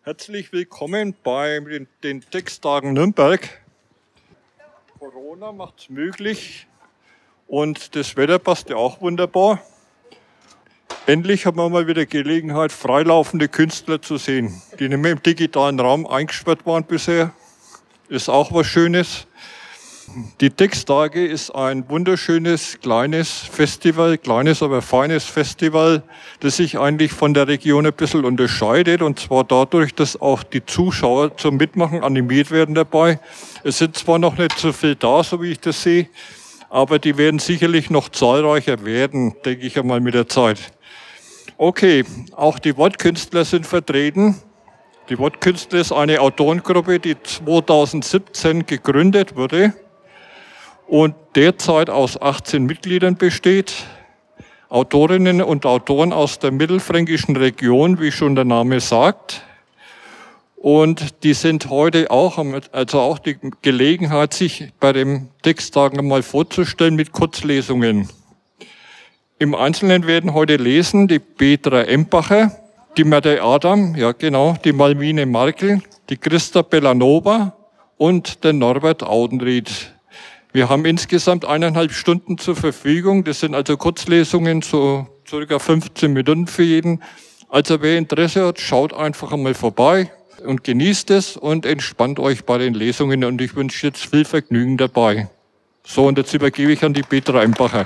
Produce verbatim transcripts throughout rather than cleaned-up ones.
Herzlich willkommen bei den, den Texttagen Nürnberg. Corona macht es möglich und das Wetter passt ja auch wunderbar. Endlich haben wir mal wieder Gelegenheit, freilaufende Künstler zu sehen, die nicht mehr im digitalen Raum eingesperrt waren bisher. Ist auch was Schönes. Die Texttage ist ein wunderschönes, kleines Festival, kleines, aber feines Festival, das sich eigentlich von der Region ein bisschen unterscheidet. Und zwar dadurch, dass auch die Zuschauer zum Mitmachen animiert werden dabei. Es sind zwar noch nicht so viel da, so wie ich das sehe, aber die werden sicherlich noch zahlreicher werden, denke ich einmal mit der Zeit. Okay, auch die Wortkünstler sind vertreten. Die Wortkünstler ist eine Autorengruppe, die zweitausendsiebzehn gegründet wurde und derzeit aus achtzehn Mitgliedern besteht. Autorinnen und Autoren aus der mittelfränkischen Region, wie schon der Name sagt. Und die sind heute auch, also auch die Gelegenheit, sich bei den Texttagen mal vorzustellen mit Kurzlesungen. Im Einzelnen werden heute lesen die Petra Embacher, die Mette Adam, ja genau, die Malvine Markel, die Christa Bellanova und der Norbert Audenried. Wir haben insgesamt eineinhalb Stunden zur Verfügung. Das sind also Kurzlesungen, so circa fünfzehn Minuten für jeden. Also wer Interesse hat, schaut einfach einmal vorbei und genießt es und entspannt euch bei den Lesungen. Und ich wünsche jetzt viel Vergnügen dabei. So, und jetzt übergebe ich an die Petra Embacher.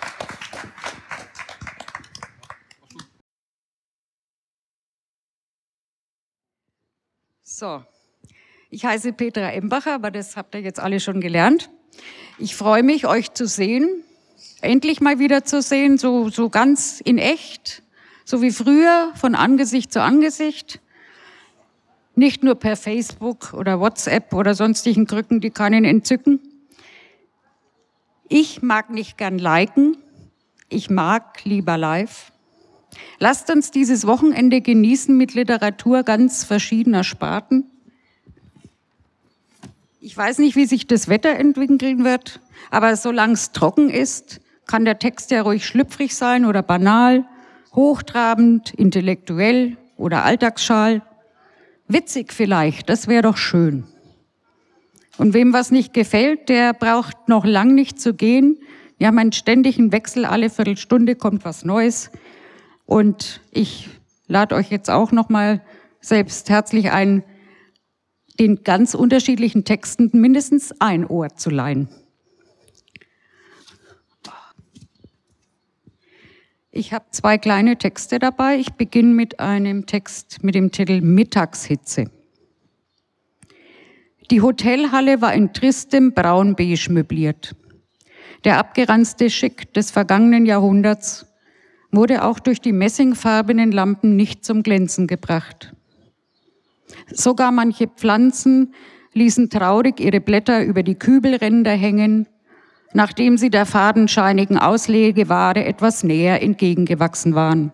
So, ich heiße Petra Embacher, aber das habt ihr jetzt alle schon gelernt. Ich freue mich, euch zu sehen, endlich mal wieder zu sehen, so, so ganz in echt, so wie früher, von Angesicht zu Angesicht. Nicht nur per Facebook oder WhatsApp oder sonstigen Krücken, die keinen entzücken. Ich mag nicht gern liken, ich mag lieber live. Lasst uns dieses Wochenende genießen mit Literatur ganz verschiedener Sparten. Ich weiß nicht, wie sich das Wetter entwickeln wird, aber solange es trocken ist, kann der Text ja ruhig schlüpfrig sein oder banal, hochtrabend, intellektuell oder alltagsschal. Witzig vielleicht, das wäre doch schön. Und wem was nicht gefällt, der braucht noch lang nicht zu gehen. Wir haben einen ständigen Wechsel, alle Viertelstunde kommt was Neues. Und ich lade euch jetzt auch noch mal selbst herzlich ein, den ganz unterschiedlichen Texten mindestens ein Ohr zu leihen. Ich habe zwei kleine Texte dabei. Ich beginne mit einem Text mit dem Titel Mittagshitze. Die Hotelhalle war in tristem Braun-Beige möbliert. Der abgeranzte Schick des vergangenen Jahrhunderts wurde auch durch die messingfarbenen Lampen nicht zum Glänzen gebracht. Sogar manche Pflanzen ließen traurig ihre Blätter über die Kübelränder hängen, nachdem sie der fadenscheinigen Auslegeware etwas näher entgegengewachsen waren.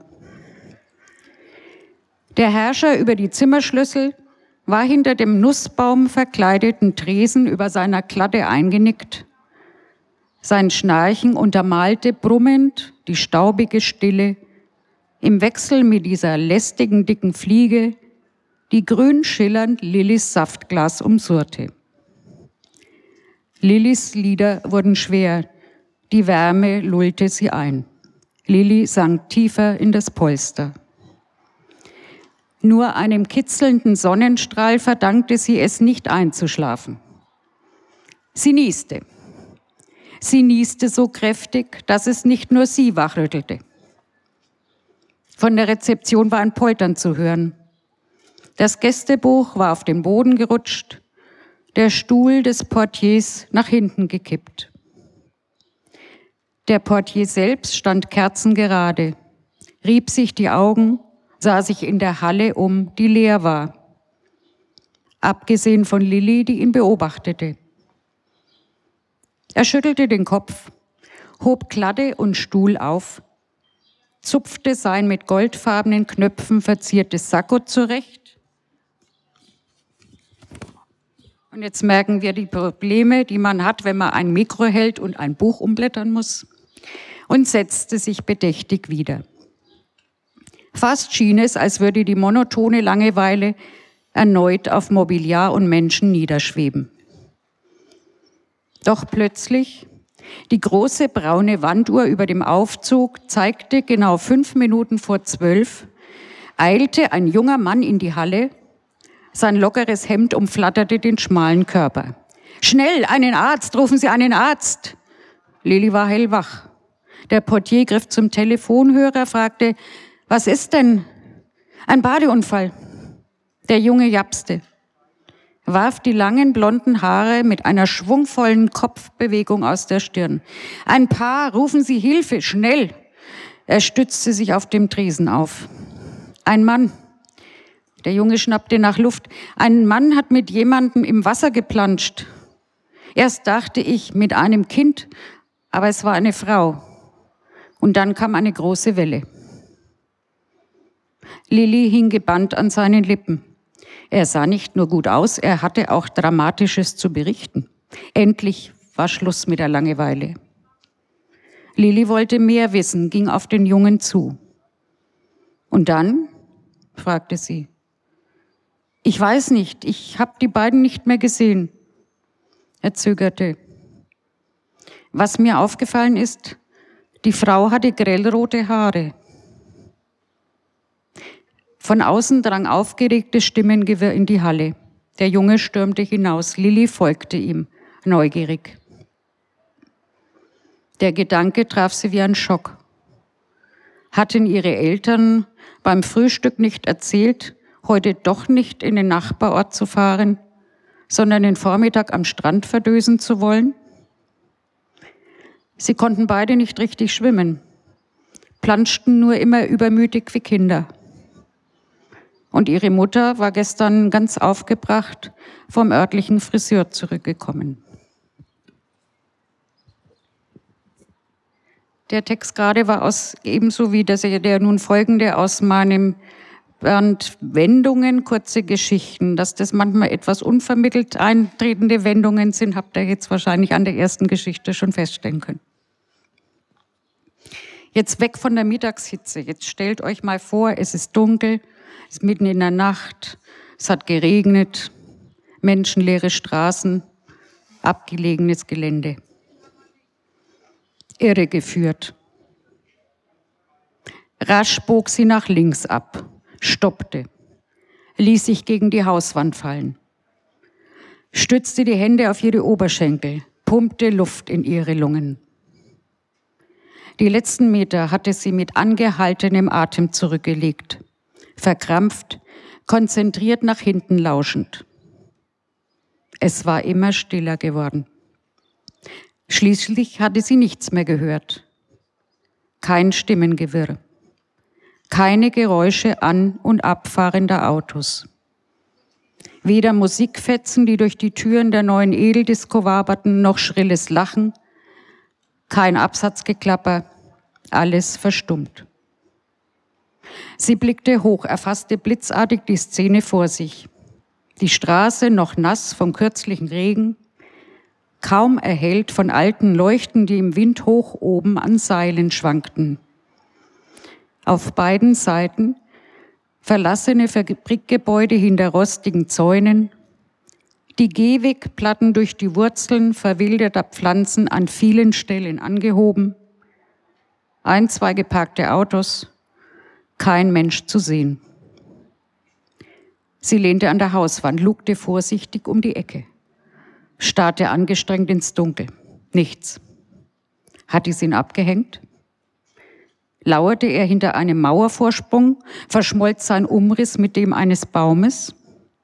Der Herrscher über die Zimmerschlüssel war hinter dem Nussbaum verkleideten Tresen über seiner Kladde eingenickt. Sein Schnarchen untermalte brummend die staubige Stille im Wechsel mit dieser lästigen, dicken Fliege, die grün schillernd Lillys Saftglas umsurrte. Lillys Lieder wurden schwer, die Wärme lullte sie ein. Lilly sank tiefer in das Polster. Nur einem kitzelnden Sonnenstrahl verdankte sie es, nicht einzuschlafen. Sie nieste. Sie nieste so kräftig, dass es nicht nur sie wachrüttelte. Von der Rezeption war ein Poltern zu hören. Das Gästebuch war auf den Boden gerutscht, der Stuhl des Portiers nach hinten gekippt. Der Portier selbst stand kerzengerade, rieb sich die Augen, sah sich in der Halle um, die leer war. Abgesehen von Lilly, die ihn beobachtete. Er schüttelte den Kopf, hob Kladde und Stuhl auf, zupfte sein mit goldfarbenen Knöpfen verziertes Sakko zurecht. Und jetzt merken wir die Probleme, die man hat, wenn man ein Mikro hält und ein Buch umblättern muss. Und setzte sich bedächtig wieder. Fast schien es, als würde die monotone Langeweile erneut auf Mobiliar und Menschen niederschweben. Doch plötzlich, die große braune Wanduhr über dem Aufzug zeigte genau fünf Minuten vor zwölf, eilte ein junger Mann in die Halle. Sein lockeres Hemd umflatterte den schmalen Körper. »Schnell, einen Arzt, rufen Sie einen Arzt!« Lili war hellwach. Der Portier griff zum Telefonhörer, fragte, »Was ist denn?« »Ein Badeunfall.« Der Junge japste, warf die langen blonden Haare mit einer schwungvollen Kopfbewegung aus der Stirn. »Ein Paar, rufen Sie Hilfe, schnell!« Er stützte sich auf dem Tresen auf. »Ein Mann.« Der Junge schnappte nach Luft. »Ein Mann hat mit jemandem im Wasser geplanscht. Erst dachte ich, mit einem Kind, aber es war eine Frau. Und dann kam eine große Welle.« Lili hing gebannt an seinen Lippen. Er sah nicht nur gut aus, er hatte auch Dramatisches zu berichten. Endlich war Schluss mit der Langeweile. Lili wollte mehr wissen, ging auf den Jungen zu. »Und dann?« fragte sie. »Ich weiß nicht, ich habe die beiden nicht mehr gesehen.« Er zögerte. »Was mir aufgefallen ist, die Frau hatte grellrote Haare.« Von außen drang aufgeregtes Stimmengewirr in die Halle. Der Junge stürmte hinaus. Lili folgte ihm, neugierig. Der Gedanke traf sie wie ein Schock. Hatten ihre Eltern beim Frühstück nicht erzählt, heute doch nicht in den Nachbarort zu fahren, sondern den Vormittag am Strand verdösen zu wollen? Sie konnten beide nicht richtig schwimmen, planschten nur immer übermütig wie Kinder. Und ihre Mutter war gestern ganz aufgebracht vom örtlichen Friseur zurückgekommen. Der Text gerade war aus, ebenso wie das, der nun folgende, aus meinem Band Wendungen, kurze Geschichten. Dass das manchmal etwas unvermittelt eintretende Wendungen sind, habt ihr jetzt wahrscheinlich an der ersten Geschichte schon feststellen können. Jetzt weg von der Mittagshitze. Jetzt stellt euch mal vor, es ist dunkel, es ist mitten in der Nacht, es hat geregnet, menschenleere Straßen, abgelegenes Gelände. Irregeführt. Rasch bog sie nach links ab, stoppte, ließ sich gegen die Hauswand fallen, stützte die Hände auf ihre Oberschenkel, pumpte Luft in ihre Lungen. Die letzten Meter hatte sie mit angehaltenem Atem zurückgelegt, verkrampft, konzentriert nach hinten lauschend. Es war immer stiller geworden. Schließlich hatte sie nichts mehr gehört. Kein Stimmengewirr. Keine Geräusche an- und abfahrender Autos. Weder Musikfetzen, die durch die Türen der neuen Edeldisco waberten, noch schrilles Lachen. Kein Absatzgeklapper. Alles verstummt. Sie blickte hoch, erfasste blitzartig die Szene vor sich. Die Straße noch nass vom kürzlichen Regen, kaum erhellt von alten Leuchten, die im Wind hoch oben an Seilen schwankten. Auf beiden Seiten verlassene Fabrikgebäude hinter rostigen Zäunen, die Gehwegplatten durch die Wurzeln verwilderter Pflanzen an vielen Stellen angehoben, ein, zwei geparkte Autos, kein Mensch zu sehen. Sie lehnte an der Hauswand, lugte vorsichtig um die Ecke, starrte angestrengt ins Dunkel. Nichts. Hatte sie ihn abgehängt? Lauerte er hinter einem Mauervorsprung? Verschmolz sein Umriss mit dem eines Baumes?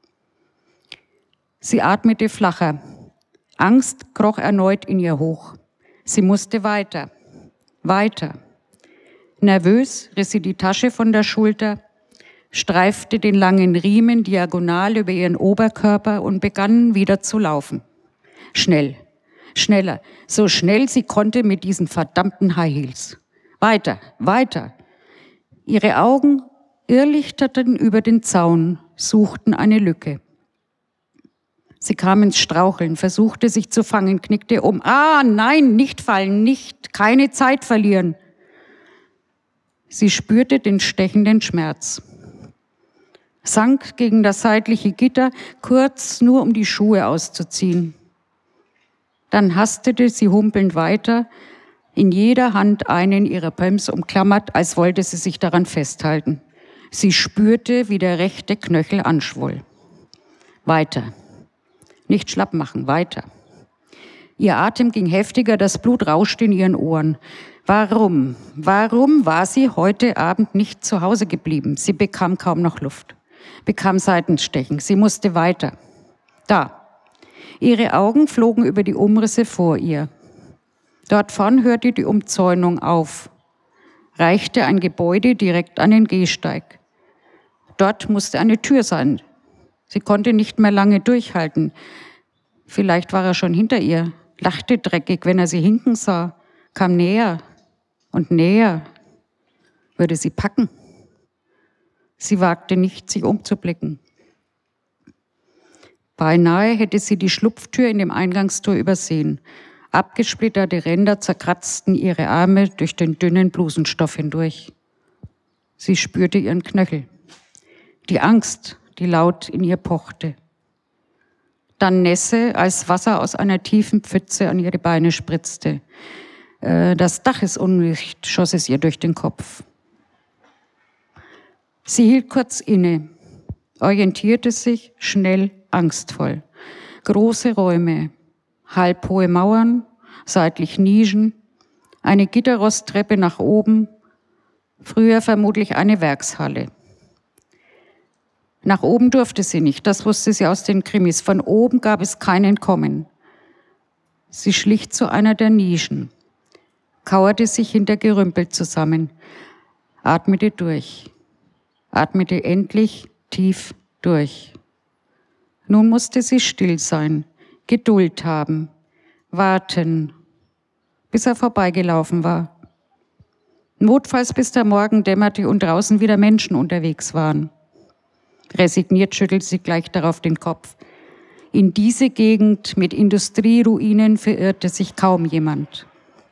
Sie atmete flacher. Angst kroch erneut in ihr hoch. Sie musste weiter, weiter. Nervös riss sie die Tasche von der Schulter, streifte den langen Riemen diagonal über ihren Oberkörper und begann wieder zu laufen. Schnell, schneller, so schnell sie konnte mit diesen verdammten High Heels. Weiter, weiter. Ihre Augen irrlichterten über den Zaun, suchten eine Lücke. Sie kam ins Straucheln, versuchte sich zu fangen, knickte um. Ah, nein, nicht fallen, nicht, keine Zeit verlieren. Sie spürte den stechenden Schmerz. sank gegen das seitliche Gitter, kurz nur um die Schuhe auszuziehen. Dann hastete sie humpelnd weiter, in jeder Hand einen ihrer Pumps umklammert, als wollte sie sich daran festhalten. Sie spürte, wie der rechte Knöchel anschwoll. Weiter. Nicht schlapp machen, weiter. Ihr Atem ging heftiger, das Blut rauschte in ihren Ohren. Warum? Warum war sie heute Abend nicht zu Hause geblieben? Sie bekam kaum noch Luft, bekam Seitenstechen. Sie musste weiter. Da. Ihre Augen flogen über die Umrisse vor ihr. Dort vorn hörte die Umzäunung auf, reichte ein Gebäude direkt an den Gehsteig. Dort musste eine Tür sein. Sie konnte nicht mehr lange durchhalten. Vielleicht war er schon hinter ihr, lachte dreckig, wenn er sie hinken sah, kam näher und näher, würde sie packen. Sie wagte nicht, sich umzublicken. Beinahe hätte sie die Schlupftür in dem Eingangstor übersehen. Abgesplitterte Ränder zerkratzten ihre Arme durch den dünnen Blusenstoff hindurch. Sie spürte ihren Knöchel. Die Angst, die laut in ihr pochte. Dann Nässe, als Wasser aus einer tiefen Pfütze an ihre Beine spritzte. Das Dach ist undicht, schoss es ihr durch den Kopf. Sie hielt kurz inne, orientierte sich schnell, angstvoll. Große Räume, halbhohe Mauern, seitlich Nischen, eine Gitterrosttreppe nach oben, früher vermutlich eine Werkshalle. Nach oben durfte sie nicht, das wusste sie aus den Krimis. Von oben gab es kein Entkommen. Sie schlich zu einer der Nischen, kauerte sich hinter Gerümpel zusammen, atmete durch, atmete endlich tief durch. Nun musste sie still sein, Geduld haben, warten, bis er vorbeigelaufen war. Notfalls bis der Morgen dämmerte und draußen wieder Menschen unterwegs waren. Resigniert schüttelte sie gleich darauf den Kopf. In diese Gegend mit Industrieruinen verirrte sich kaum jemand.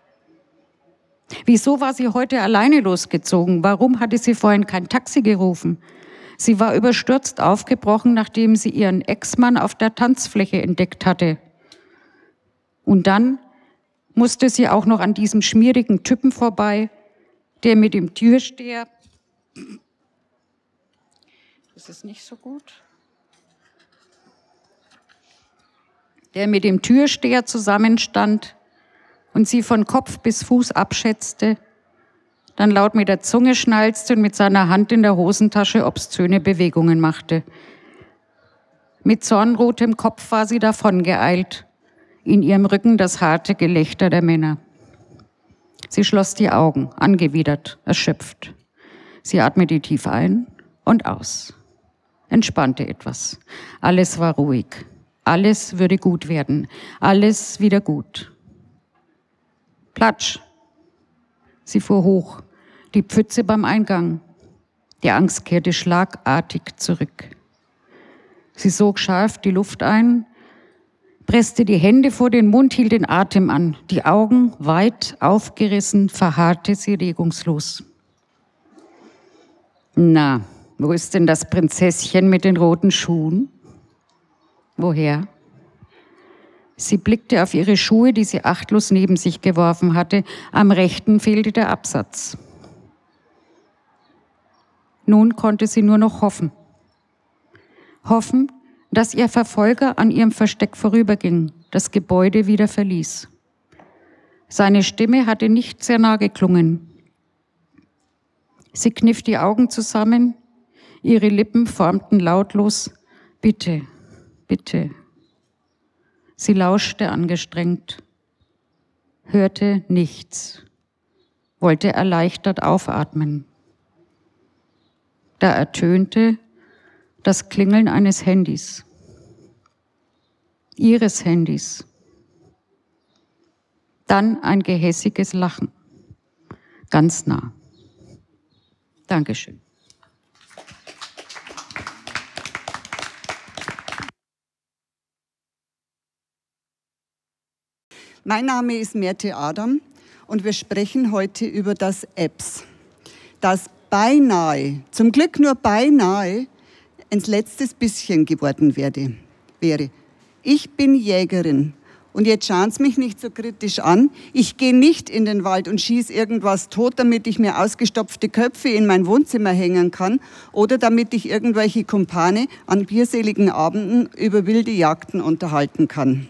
Wieso war sie heute alleine losgezogen? Warum hatte sie vorhin kein Taxi gerufen? Sie war überstürzt aufgebrochen, nachdem sie ihren Ex-Mann auf der Tanzfläche entdeckt hatte. Und dann musste sie auch noch an diesem schmierigen Typen vorbei, der mit dem Türsteher... Das ist nicht so gut. Der mit dem Türsteher zusammenstand und sie von Kopf bis Fuß abschätzte, dann laut mit der Zunge schnalzte und mit seiner Hand in der Hosentasche obszöne Bewegungen machte. Mit zornrotem Kopf war sie davongeeilt, in ihrem Rücken das harte Gelächter der Männer. Sie schloss die Augen, angewidert, erschöpft. Sie atmete tief ein und aus, entspannte etwas. Alles war ruhig, alles würde gut werden, alles wieder gut. Platsch! Sie fuhr hoch, die Pfütze beim Eingang. Die Angst kehrte schlagartig zurück. Sie sog scharf die Luft ein, presste die Hände vor den Mund, hielt den Atem an. Die Augen weit aufgerissen, verharrte sie regungslos. Na, wo ist denn das Prinzesschen mit den roten Schuhen? Woher? Sie blickte auf ihre Schuhe, die sie achtlos neben sich geworfen hatte. Am rechten fehlte der Absatz. Nun konnte sie nur noch hoffen. Hoffen, dass ihr Verfolger an ihrem Versteck vorüberging, das Gebäude wieder verließ. Seine Stimme hatte nicht sehr nah geklungen. Sie kniff die Augen zusammen, ihre Lippen formten lautlos: Bitte, bitte. Sie lauschte angestrengt, hörte nichts, wollte erleichtert aufatmen. Da ertönte das Klingeln eines Handys, ihres Handys. Dann ein gehässiges Lachen, ganz nah. Dankeschön. Mein Name ist Merte Adam und wir sprechen heute über das Apps, das beinahe, zum Glück nur beinahe, ein letztes bisschen geworden werde, wäre. Ich bin Jägerin. Und jetzt schauen Sie mich nicht so kritisch an. Ich gehe nicht in den Wald und schieße irgendwas tot, damit ich mir ausgestopfte Köpfe in mein Wohnzimmer hängen kann oder damit ich irgendwelche Kumpane an bierseligen Abenden über wilde Jagden unterhalten kann.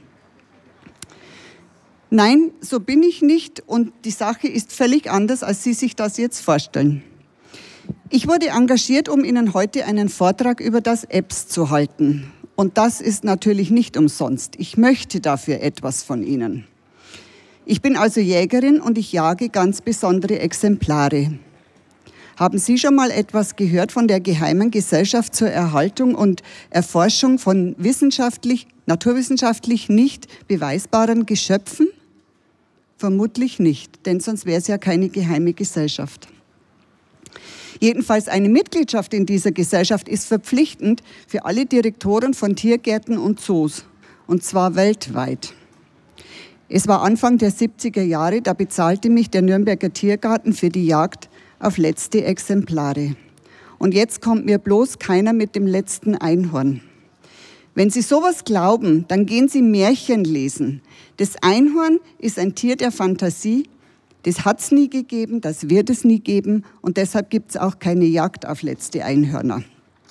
Nein, so bin ich nicht und die Sache ist völlig anders, als Sie sich das jetzt vorstellen. Ich wurde engagiert, um Ihnen heute einen Vortrag über das E B S zu halten. Und das ist natürlich nicht umsonst. Ich möchte dafür etwas von Ihnen. Ich bin also Jägerin und ich jage ganz besondere Exemplare. Haben Sie schon mal etwas gehört von der Geheimen Gesellschaft zur Erhaltung und Erforschung von wissenschaftlich, naturwissenschaftlich nicht beweisbaren Geschöpfen? Vermutlich nicht, denn sonst wäre es ja keine geheime Gesellschaft. Jedenfalls eine Mitgliedschaft in dieser Gesellschaft ist verpflichtend für alle Direktoren von Tiergärten und Zoos, und zwar weltweit. Es war Anfang der siebziger Jahre, da bezahlte mich der Nürnberger Tiergarten für die Jagd auf letzte Exemplare. Und jetzt kommt mir bloß keiner mit dem letzten Einhorn. Wenn Sie sowas glauben, dann gehen Sie Märchen lesen. Das Einhorn ist ein Tier der Fantasie. Das hat es nie gegeben, das wird es nie geben und deshalb gibt es auch keine Jagd auf letzte Einhörner.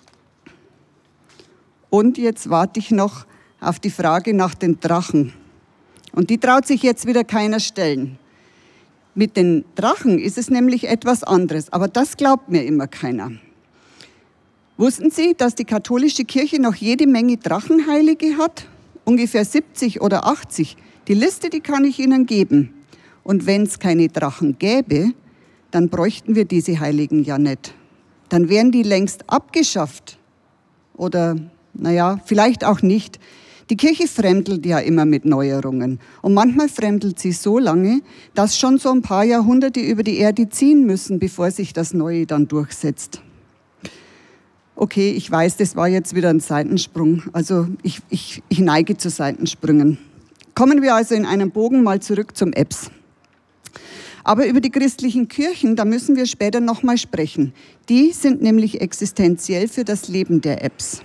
Und jetzt warte ich noch auf die Frage nach den Drachen. Und die traut sich jetzt wieder keiner stellen. Mit den Drachen ist es nämlich etwas anderes, aber das glaubt mir immer keiner. Wussten Sie, dass die katholische Kirche noch jede Menge Drachenheilige hat? Ungefähr siebzig oder achtzig. Die Liste, die kann ich Ihnen geben. Und wenn es keine Drachen gäbe, dann bräuchten wir diese Heiligen ja nicht. Dann wären die längst abgeschafft. Oder, naja, vielleicht auch nicht. Die Kirche fremdelt ja immer mit Neuerungen. Und manchmal fremdelt sie so lange, dass schon so ein paar Jahrhunderte über die Erde ziehen müssen, bevor sich das Neue dann durchsetzt. Okay, ich weiß, das war jetzt wieder ein Seitensprung. Also ich, ich, ich neige zu Seitensprüngen. Kommen wir also in einem Bogen mal zurück zum E B S. Aber über die christlichen Kirchen, da müssen wir später nochmal sprechen. Die sind nämlich existenziell für das Leben der E B S.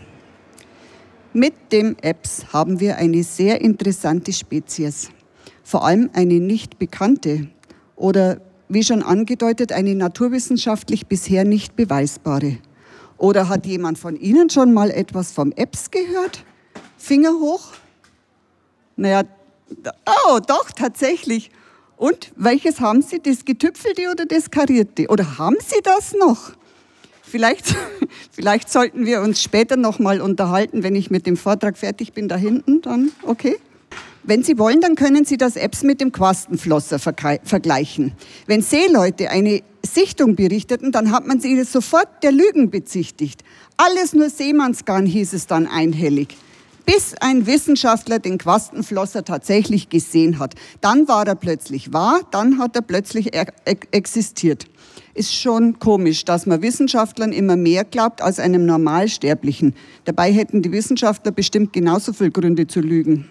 Mit dem E B S haben wir eine sehr interessante Spezies. Vor allem eine nicht bekannte oder, wie schon angedeutet, eine naturwissenschaftlich bisher nicht beweisbare. Oder hat jemand von Ihnen schon mal etwas vom E B S gehört? Finger hoch? Naja, oh, doch, tatsächlich. Und welches haben Sie, das Getüpfelte oder das Karierte? Oder haben Sie das noch? Vielleicht, vielleicht sollten wir uns später noch mal unterhalten, wenn ich mit dem Vortrag fertig bin, da hinten, dann okay. Wenn Sie wollen, dann können Sie das E B S mit dem Quastenflosser vergleichen. Wenn Seeleute eine Sichtung berichteten, dann hat man sie sofort der Lügen bezichtigt. Alles nur Seemannsgarn, hieß es dann einhellig. Bis ein Wissenschaftler den Quastenflosser tatsächlich gesehen hat. Dann war er plötzlich wahr, dann hat er plötzlich existiert. Ist schon komisch, dass man Wissenschaftlern immer mehr glaubt als einem Normalsterblichen. Dabei hätten die Wissenschaftler bestimmt genauso viele Gründe zu lügen.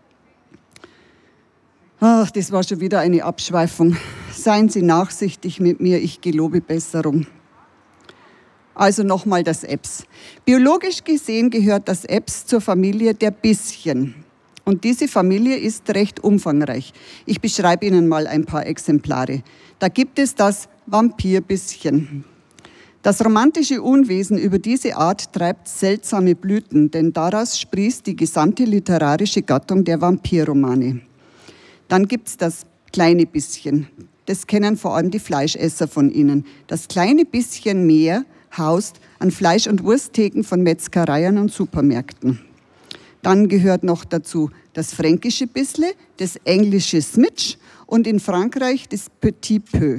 Ach, das war schon wieder eine Abschweifung. Seien Sie nachsichtig mit mir, ich gelobe Besserung. Also nochmal das E B S. Biologisch gesehen gehört das E B S zur Familie der Bisschen. Und diese Familie ist recht umfangreich. Ich beschreibe Ihnen mal ein paar Exemplare. Da gibt es das Vampirbisschen. Das romantische Unwesen über diese Art treibt seltsame Blüten, denn daraus sprießt die gesamte literarische Gattung der Vampirromane. Dann gibt es das kleine Bisschen. Das kennen vor allem die Fleischesser von Ihnen. Das kleine bisschen mehr haust an Fleisch- und Wursttheken von Metzgereien und Supermärkten. Dann gehört noch dazu das fränkische Bissle, das englische Smitch und in Frankreich das Petit Peu.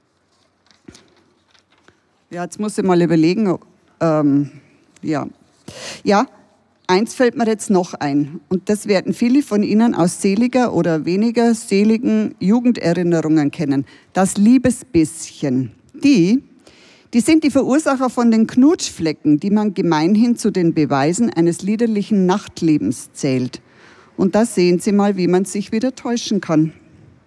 Ja, jetzt muss ich mal überlegen. Ähm, ja. ja, eins fällt mir jetzt noch ein. Und das werden viele von Ihnen aus seliger oder weniger seligen Jugenderinnerungen kennen. Das Liebesbisschen. Die, die sind die Verursacher von den Knutschflecken, die man gemeinhin zu den Beweisen eines liederlichen Nachtlebens zählt. Und da sehen Sie mal, wie man sich wieder täuschen kann.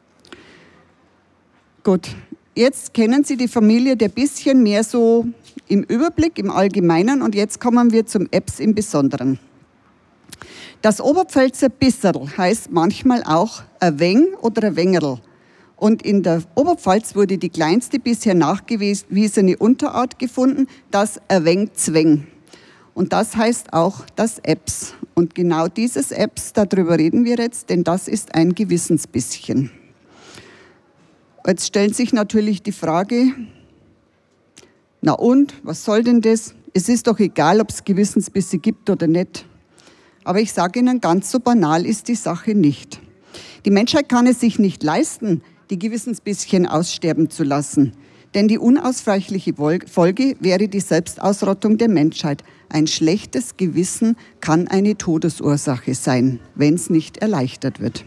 Gut, jetzt kennen Sie die Familie der Bisschen mehr so im Überblick, im Allgemeinen, und jetzt kommen wir zum Ebbs im Besonderen. Das Oberpfälzer Bisserl heißt manchmal auch ein Weng oder ein Wengerl. Und in der Oberpfalz wurde die kleinste bisher nachgewiesene Unterart gefunden, das Weng-Zweng. Und das heißt auch das Ebbs. Und genau dieses Ebbs, darüber reden wir jetzt, denn das ist ein Gewissensbisschen. Jetzt stellt sich natürlich die Frage, na und, was soll denn das? Es ist doch egal, ob es Gewissensbisse gibt oder nicht. Aber ich sage Ihnen, ganz so banal ist die Sache nicht. Die Menschheit kann es sich nicht leisten, die Gewissensbisschen aussterben zu lassen. Denn die unausweichliche Folge wäre die Selbstausrottung der Menschheit. Ein schlechtes Gewissen kann eine Todesursache sein, wenn es nicht erleichtert wird.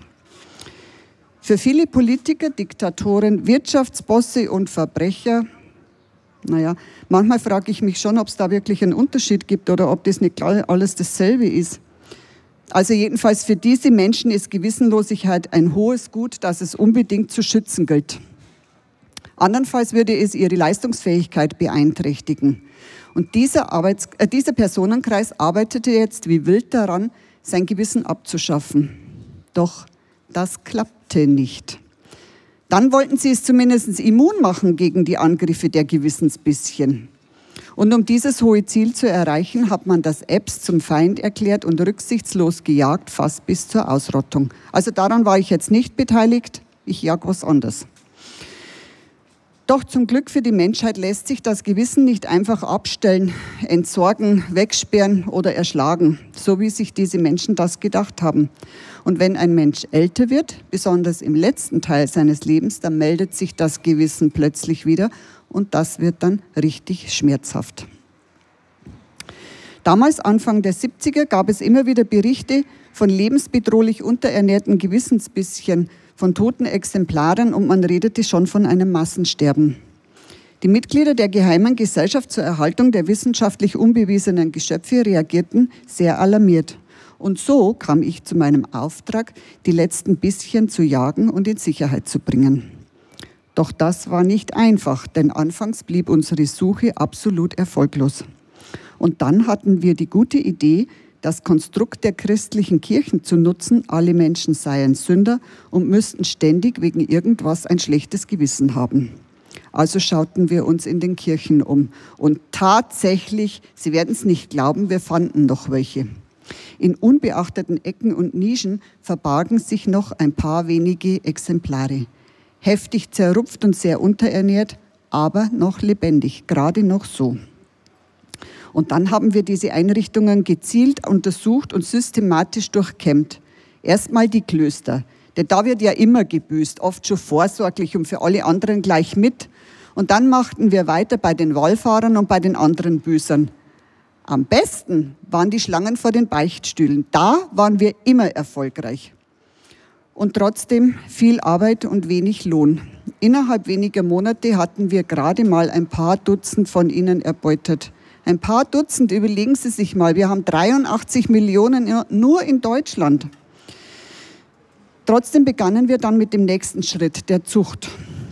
Für viele Politiker, Diktatoren, Wirtschaftsbosse und Verbrecher, naja, manchmal frage ich mich schon, ob es da wirklich einen Unterschied gibt oder ob das nicht alles dasselbe ist. Also jedenfalls für diese Menschen ist Gewissenlosigkeit ein hohes Gut, das es unbedingt zu schützen gilt. Andernfalls würde es ihre Leistungsfähigkeit beeinträchtigen. Und dieser, Arbeits-, äh, dieser Personenkreis arbeitete jetzt wie wild daran, sein Gewissen abzuschaffen. Doch das klappte nicht. Dann wollten sie es zumindest immun machen gegen die Angriffe der Gewissensbisschen. Und um dieses hohe Ziel zu erreichen, hat man das Ebbs zum Feind erklärt und rücksichtslos gejagt, fast bis zur Ausrottung. Also daran war ich jetzt nicht beteiligt, ich jag was anderes. Doch zum Glück für die Menschheit lässt sich das Gewissen nicht einfach abstellen, entsorgen, wegsperren oder erschlagen, so wie sich diese Menschen das gedacht haben. Und wenn ein Mensch älter wird, besonders im letzten Teil seines Lebens, dann meldet sich das Gewissen plötzlich wieder und das wird dann richtig schmerzhaft. Damals, Anfang der siebziger, gab es immer wieder Berichte von lebensbedrohlich unterernährten Gewissensbisschen, von toten Exemplaren und man redete schon von einem Massensterben. Die Mitglieder der Geheimen Gesellschaft zur Erhaltung der wissenschaftlich unbewiesenen Geschöpfe reagierten sehr alarmiert. Und so kam ich zu meinem Auftrag, die letzten Bisschen zu jagen und in Sicherheit zu bringen. Doch das war nicht einfach, denn anfangs blieb unsere Suche absolut erfolglos. Und dann hatten wir die gute Idee, das Konstrukt der christlichen Kirchen zu nutzen, alle Menschen seien Sünder und müssten ständig wegen irgendwas ein schlechtes Gewissen haben. Also schauten wir uns in den Kirchen um. Und tatsächlich, Sie werden es nicht glauben, wir fanden noch welche. In unbeachteten Ecken und Nischen verbargen sich noch ein paar wenige Exemplare. Heftig zerrupft und sehr unterernährt, aber noch lebendig, gerade noch so. Und dann haben wir diese Einrichtungen gezielt untersucht und systematisch durchkämmt. Erstmal die Klöster, denn da wird ja immer gebüßt, oft schon vorsorglich und für alle anderen gleich mit. Und dann machten wir weiter bei den Wallfahrern und bei den anderen Büßern. Am besten waren die Schlangen vor den Beichtstühlen. Da waren wir immer erfolgreich. Und trotzdem viel Arbeit und wenig Lohn. Innerhalb weniger Monate hatten wir gerade mal ein paar Dutzend von ihnen erbeutet. Ein paar Dutzend, überlegen Sie sich mal, wir haben dreiundachtzig Millionen nur in Deutschland. Trotzdem begannen wir dann mit dem nächsten Schritt, der Zucht.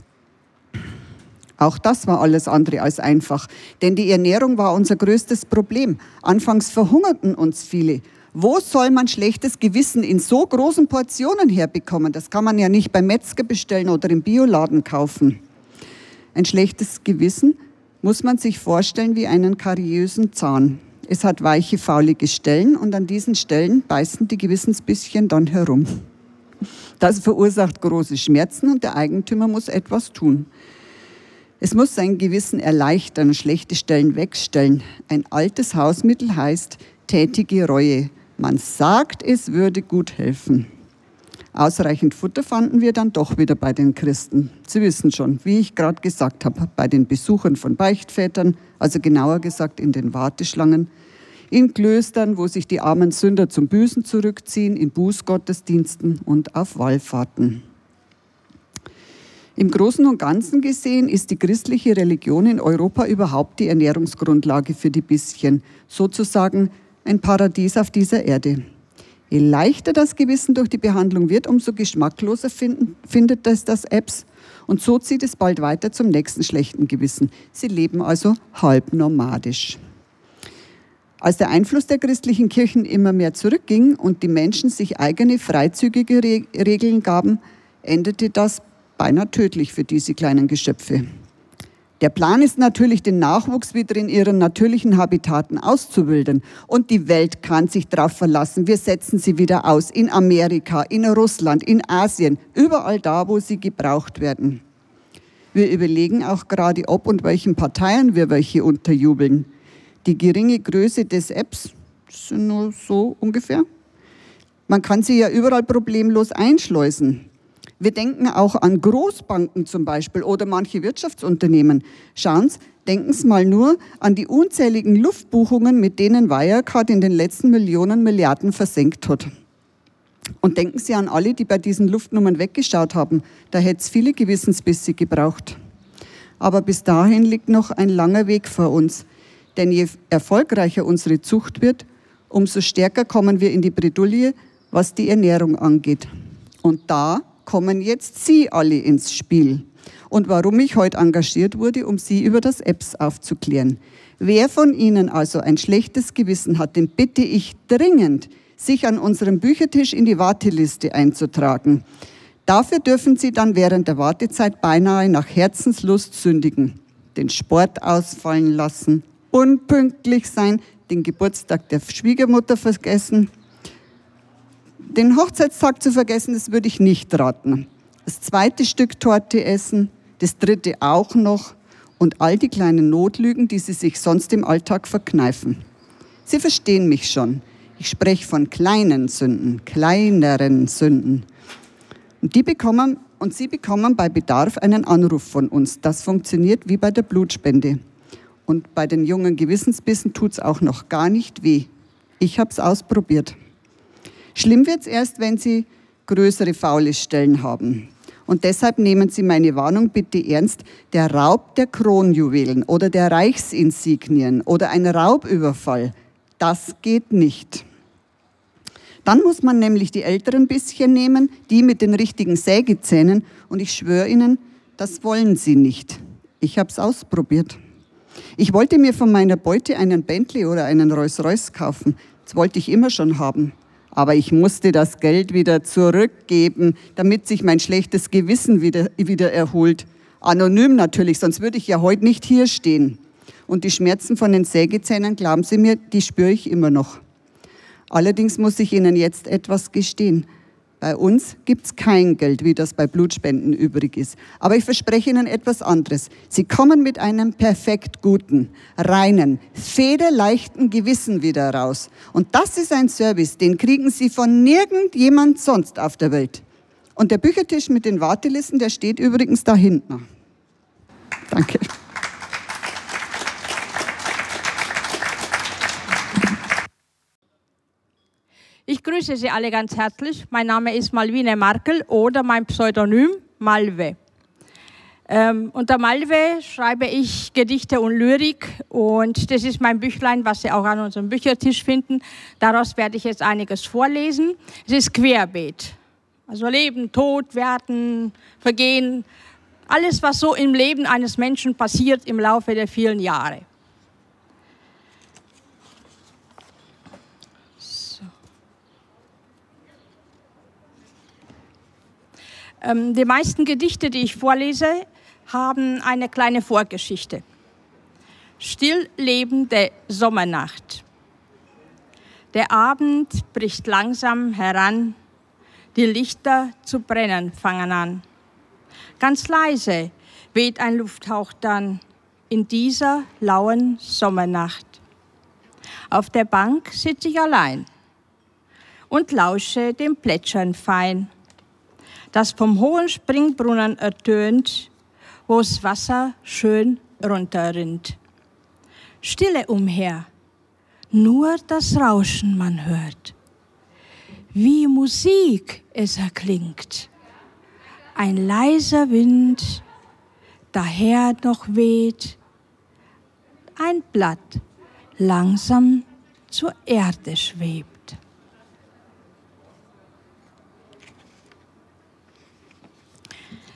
Auch das war alles andere als einfach, denn die Ernährung war unser größtes Problem. Anfangs verhungerten uns viele. Wo soll man schlechtes Gewissen in so großen Portionen herbekommen? Das kann man ja nicht beim Metzger bestellen oder im Bioladen kaufen. Ein schlechtes Gewissen muss man sich vorstellen wie einen kariösen Zahn. Es hat weiche, faulige Stellen und an diesen Stellen beißen die Gewissensbisschen dann herum. Das verursacht große Schmerzen und der Eigentümer muss etwas tun. Es muss sein Gewissen erleichtern, schlechte Stellen wegstellen. Ein altes Hausmittel heißt tätige Reue. Man sagt, es würde gut helfen. Ausreichend Futter fanden wir dann doch wieder bei den Christen. Sie wissen schon, wie ich gerade gesagt habe, bei den Besuchern von Beichtvätern, also genauer gesagt in den Warteschlangen, in Klöstern, wo sich die armen Sünder zum Büßen zurückziehen, in Bußgottesdiensten und auf Wallfahrten. Im Großen und Ganzen gesehen ist die christliche Religion in Europa überhaupt die Ernährungsgrundlage für die Bisschen, sozusagen ein Paradies auf dieser Erde. Je leichter das Gewissen durch die Behandlung wird, umso geschmackloser finden, findet es das Apps. Und so zieht es bald weiter zum nächsten schlechten Gewissen. Sie leben also halb nomadisch. Als der Einfluss der christlichen Kirchen immer mehr zurückging und die Menschen sich eigene freizügige Re- Regeln gaben, endete das beinahe tödlich für diese kleinen Geschöpfe. Der Plan ist natürlich, den Nachwuchs wieder in ihren natürlichen Habitaten auszuwildern. Und die Welt kann sich darauf verlassen. Wir setzen sie wieder aus. In Amerika, in Russland, in Asien, überall da, wo sie gebraucht werden. Wir überlegen auch gerade, ob und welchen Parteien wir welche unterjubeln. Die geringe Größe des Apps, das sind nur so ungefähr. Man kann sie ja überall problemlos einschleusen. Wir denken auch an Großbanken zum Beispiel oder manche Wirtschaftsunternehmen. Schauen Sie, denken Sie mal nur an die unzähligen Luftbuchungen, mit denen Wirecard in den letzten Millionen Milliarden versenkt hat. Und denken Sie an alle, die bei diesen Luftnummern weggeschaut haben. Da hätte es viele Gewissensbisse gebraucht. Aber bis dahin liegt noch ein langer Weg vor uns. Denn je erfolgreicher unsere Zucht wird, umso stärker kommen wir in die Bredouille, was die Ernährung angeht. Und da kommen jetzt Sie alle ins Spiel. Und warum ich heute engagiert wurde, um Sie über das Apps aufzuklären. Wer von Ihnen also ein schlechtes Gewissen hat, den bitte ich dringend, sich an unserem Büchertisch in die Warteliste einzutragen. Dafür dürfen Sie dann während der Wartezeit beinahe nach Herzenslust sündigen, den Sport ausfallen lassen, unpünktlich sein, den Geburtstag der Schwiegermutter vergessen. Den Hochzeitstag zu vergessen, das würde ich nicht raten. Das zweite Stück Torte essen, das dritte auch noch und all die kleinen Notlügen, die Sie sich sonst im Alltag verkneifen. Sie verstehen mich schon. Ich spreche von kleinen Sünden, kleineren Sünden. Und, die bekommen, und Sie bekommen bei Bedarf einen Anruf von uns. Das funktioniert wie bei der Blutspende. Und bei den jungen Gewissensbissen tut es auch noch gar nicht weh. Ich habe es ausprobiert. Schlimm wird es erst, wenn Sie größere faule Stellen haben. Und deshalb nehmen Sie meine Warnung bitte ernst. Der Raub der Kronjuwelen oder der Reichsinsignien oder ein Raubüberfall, das geht nicht. Dann muss man nämlich die älteren Bisschen nehmen, die mit den richtigen Sägezähnen. Und ich schwöre Ihnen, das wollen Sie nicht. Ich habe es ausprobiert. Ich wollte mir von meiner Beute einen Bentley oder einen Rolls-Royce kaufen. Das wollte ich immer schon haben. Aber ich musste das Geld wieder zurückgeben, damit sich mein schlechtes Gewissen wieder, wieder erholt. Anonym natürlich, sonst würde ich ja heute nicht hier stehen. Und die Schmerzen von den Sägezähnen, glauben Sie mir, die spüre ich immer noch. Allerdings muss ich Ihnen jetzt etwas gestehen. Bei uns gibt es kein Geld, wie das bei Blutspenden übrig ist. Aber ich verspreche Ihnen etwas anderes. Sie kommen mit einem perfekt guten, reinen, federleichten Gewissen wieder raus. Und das ist ein Service, den kriegen Sie von nirgendjemand sonst auf der Welt. Und der Büchertisch mit den Wartelisten, der steht übrigens da hinten. Danke. Ich grüße Sie alle ganz herzlich. Mein Name ist Malvine Markel oder mein Pseudonym Malve. Ähm, unter Malve schreibe ich Gedichte und Lyrik und das ist mein Büchlein, was Sie auch an unserem Büchertisch finden. Daraus werde ich jetzt einiges vorlesen. Es ist querbeet. Also Leben, Tod, Werden, Vergehen, alles, was so im Leben eines Menschen passiert im Laufe der vielen Jahre. Die meisten Gedichte, die ich vorlese, haben eine kleine Vorgeschichte. Stilllebende Sommernacht. Der Abend bricht langsam heran, die Lichter zu brennen fangen an. Ganz leise weht ein Lufthauch dann in dieser lauen Sommernacht. Auf der Bank sitze ich allein und lausche dem Plätschern fein, das vom hohen Springbrunnen ertönt, wo's Wasser schön runterrinnt. Stille umher, nur das Rauschen man hört. Wie Musik es erklingt. Ein leiser Wind, daher noch weht, ein Blatt langsam zur Erde schwebt.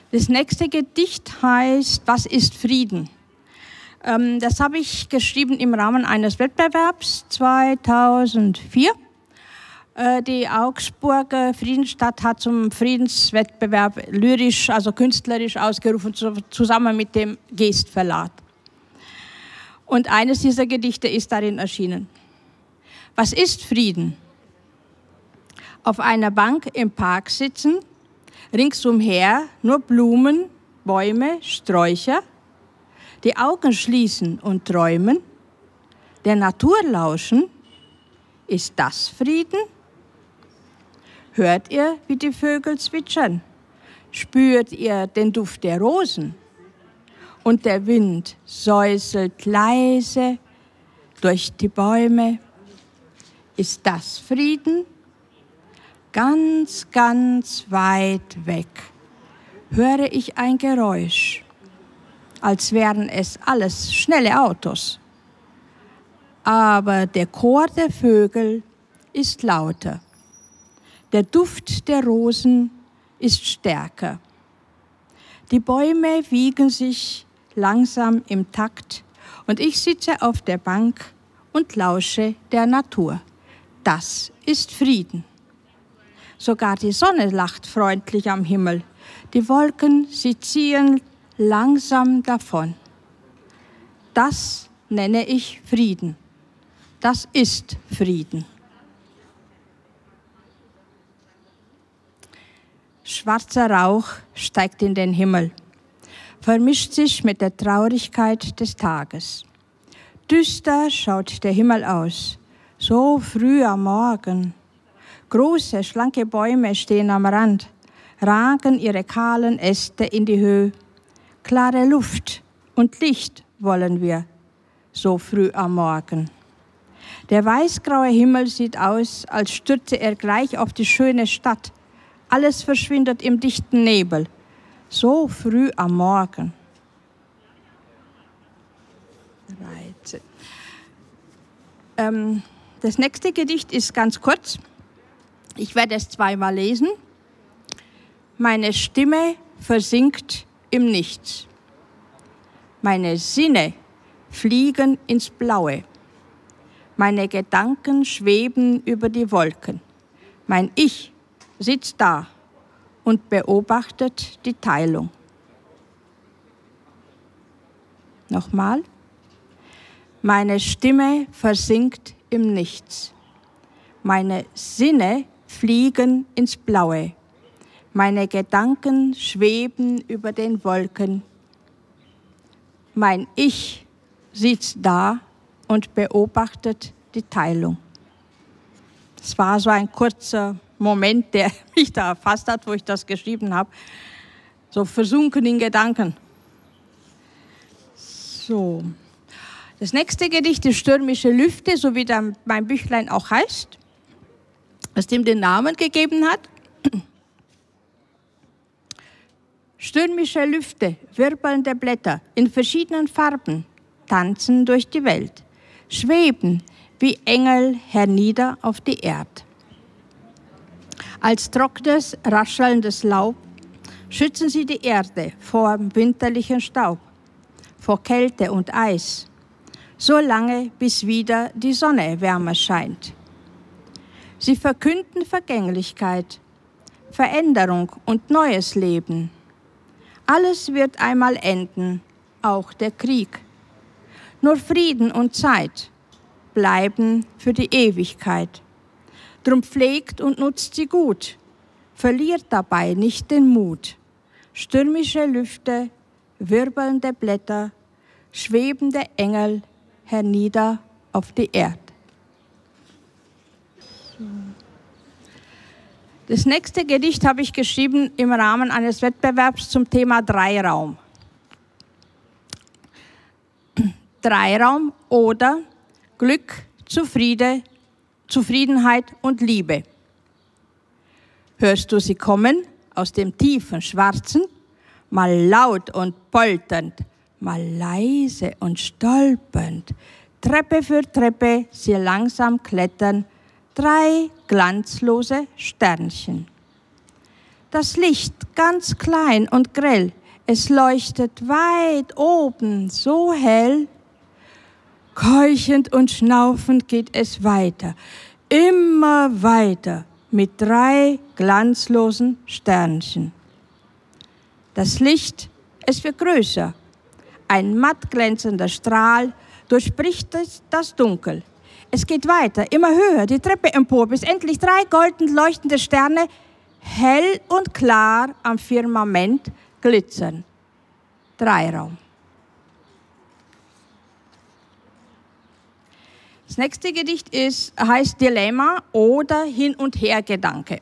Das nächste Gedicht heißt Was ist Frieden? Ähm, das habe ich geschrieben im Rahmen eines Wettbewerbs zweitausendvier. Äh, die Augsburger Friedensstadt hat zum Friedenswettbewerb lyrisch, also künstlerisch ausgerufen, zu, zusammen mit dem Geest Verlag. Und eines dieser Gedichte ist darin erschienen. Was ist Frieden? Auf einer Bank im Park sitzen, ringsumher nur Blumen, Bäume, Sträucher, die Augen schließen und träumen, der Natur lauschen. Ist das Frieden? Hört ihr, wie die Vögel zwitschern? Spürt ihr den Duft der Rosen? Und der Wind säuselt leise durch die Bäume. Ist das Frieden? Ganz, ganz weit weg höre ich ein Geräusch, als wären es alles schnelle Autos. Aber der Chor der Vögel ist lauter. Der Duft der Rosen ist stärker. Die Bäume wiegen sich langsam im Takt und ich sitze auf der Bank und lausche der Natur. Das ist Frieden. Sogar die Sonne lacht freundlich am Himmel. Die Wolken, sie ziehen langsam davon. Das nenne ich Frieden. Das ist Frieden. Schwarzer Rauch steigt in den Himmel, vermischt sich mit der Traurigkeit des Tages. Düster schaut der Himmel aus, so früh am Morgen. Große, schlanke Bäume stehen am Rand, ragen ihre kahlen Äste in die Höhe. Klare Luft und Licht wollen wir, so früh am Morgen. Der weißgraue Himmel sieht aus, als stürze er gleich auf die schöne Stadt. Alles verschwindet im dichten Nebel, so früh am Morgen. Ähm, das nächste Gedicht ist ganz kurz. Ich werde es zweimal lesen. Meine Stimme versinkt im Nichts. Meine Sinne fliegen ins Blaue. Meine Gedanken schweben über die Wolken. Mein Ich sitzt da und beobachtet die Teilung. Nochmal. Meine Stimme versinkt im Nichts. Meine Sinne fliegen ins Blaue. Meine Gedanken schweben über den Wolken. Mein Ich sitzt da und beobachtet die Teilung. Es war so ein kurzer Moment, der mich da erfasst hat, wo ich das geschrieben habe. So versunken in Gedanken. So. Das nächste Gedicht ist Stürmische Lüfte, so wie der, mein Büchlein auch heißt, was dem den Namen gegeben hat. Stürmische Lüfte, wirbelnde Blätter in verschiedenen Farben tanzen durch die Welt, schweben wie Engel hernieder auf die Erde. Als trockenes, raschelndes Laub schützen sie die Erde vor winterlichen Staub, vor Kälte und Eis, so lange, bis wieder die Sonne wärmer scheint. Sie verkünden Vergänglichkeit, Veränderung und neues Leben. Alles wird einmal enden, auch der Krieg. Nur Frieden und Zeit bleiben für die Ewigkeit. Drum pflegt und nutzt sie gut, verliert dabei nicht den Mut. Stürmische Lüfte, wirbelnde Blätter, schwebende Engel hernieder auf die Erde. Das nächste Gedicht habe ich geschrieben im Rahmen eines Wettbewerbs zum Thema Dreiraum. Dreiraum oder Glück, Zufrieden, Zufriedenheit und Liebe. Hörst du sie kommen aus dem tiefen Schwarzen, mal laut und polternd, mal leise und stolpernd, Treppe für Treppe sie langsam klettern, drei glanzlose Sternchen. Das Licht ganz klein und grell, es leuchtet weit oben so hell. Keuchend und schnaufend geht es weiter, immer weiter mit drei glanzlosen Sternchen. Das Licht, es wird größer. Ein matt glänzender Strahl durchbricht das Dunkel. Es geht weiter, immer höher, die Treppe empor, bis endlich drei golden leuchtende Sterne hell und klar am Firmament glitzern. Dreiraum. Das nächste Gedicht ist, heißt Dilemma oder Hin- und Her-Gedanke.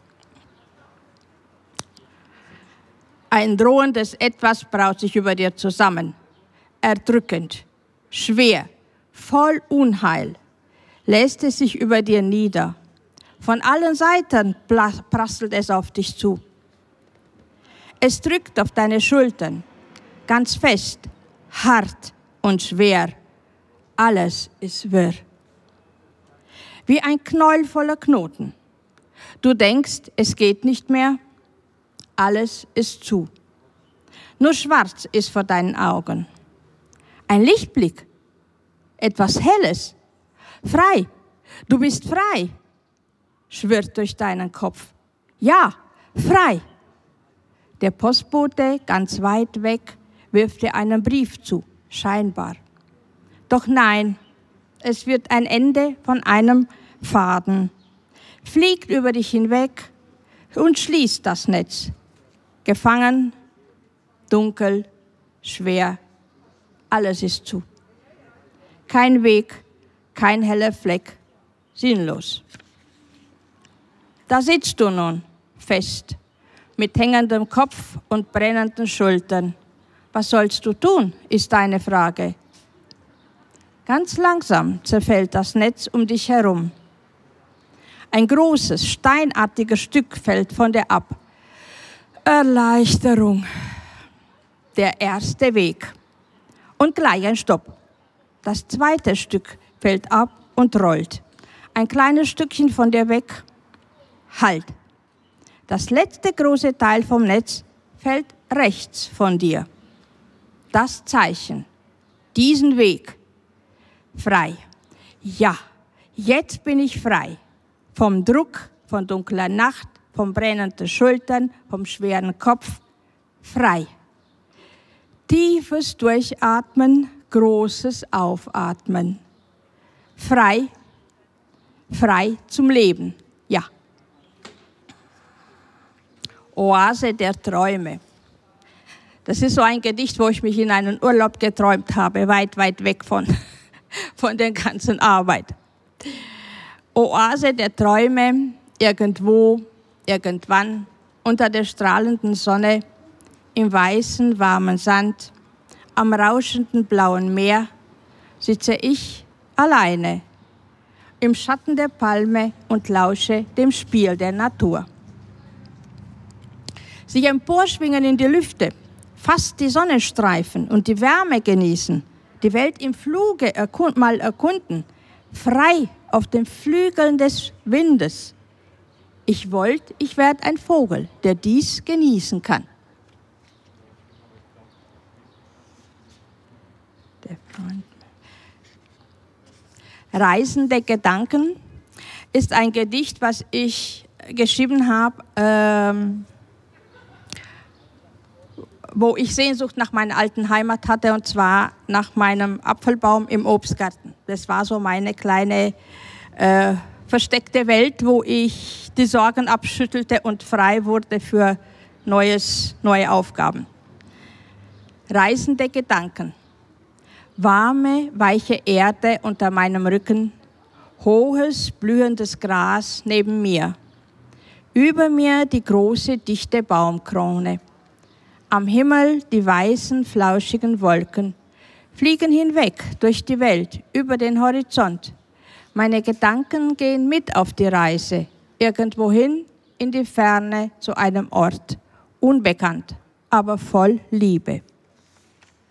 Ein drohendes Etwas braut sich über dir zusammen. Erdrückend, schwer, voll Unheil lässt es sich über dir nieder. Von allen Seiten prasselt es auf dich zu. Es drückt auf deine Schultern, ganz fest, hart und schwer. Alles ist wirr. Wie ein Knäuel voller Knoten. Du denkst, es geht nicht mehr. Alles ist zu. Nur schwarz ist vor deinen Augen. Ein Lichtblick, etwas Helles. Frei, du bist frei, schwirrt durch deinen Kopf. Ja, frei. Der Postbote, ganz weit weg, wirft dir einen Brief zu, scheinbar. Doch nein, es wird ein Ende von einem Faden, fliegt über dich hinweg und schließt das Netz. Gefangen, dunkel, schwer, alles ist zu. Kein Weg, kein heller Fleck, sinnlos. Da sitzt du nun, fest, mit hängendem Kopf und brennenden Schultern. Was sollst du tun, ist deine Frage. Ganz langsam zerfällt das Netz um dich herum. Ein großes, steinartiges Stück fällt von dir ab. Erleichterung. Der erste Weg. Und gleich ein Stopp. Das zweite Stück fällt ab und rollt. Ein kleines Stückchen von dir weg. Halt. Das letzte große Teil vom Netz fällt rechts von dir. Das Zeichen. Diesen Weg. Frei. Ja, jetzt bin ich frei. Vom Druck, von dunkler Nacht, von brennenden Schultern, vom schweren Kopf. Frei. Tiefes Durchatmen, großes Aufatmen. Frei, frei zum Leben, ja. Oase der Träume. Das ist so ein Gedicht, wo ich mich in einen Urlaub geträumt habe, weit, weit weg von, von der ganzen Arbeit. Oase der Träume, irgendwo, irgendwann, unter der strahlenden Sonne, im weißen, warmen Sand, am rauschenden blauen Meer, sitze ich alleine im Schatten der Palme und lausche dem Spiel der Natur. Sich emporschwingen in die Lüfte, fast die Sonnenstreifen und die Wärme genießen, die Welt im Fluge erkund, mal erkunden, frei auf den Flügeln des Windes. Ich wollte, ich werde ein Vogel, der dies genießen kann. Der Freund. Reisende Gedanken ist ein Gedicht, was ich geschrieben habe, ähm, wo ich Sehnsucht nach meiner alten Heimat hatte, und zwar nach meinem Apfelbaum im Obstgarten. Das war so meine kleine äh, versteckte Welt, wo ich die Sorgen abschüttelte und frei wurde für neues, neue Aufgaben. Reisende Gedanken. Warme, weiche Erde unter meinem Rücken, hohes, blühendes Gras neben mir. Über mir die große, dichte Baumkrone. Am Himmel die weißen, flauschigen Wolken fliegen hinweg durch die Welt, über den Horizont. Meine Gedanken gehen mit auf die Reise, irgendwohin in die Ferne zu einem Ort, unbekannt, aber voll Liebe.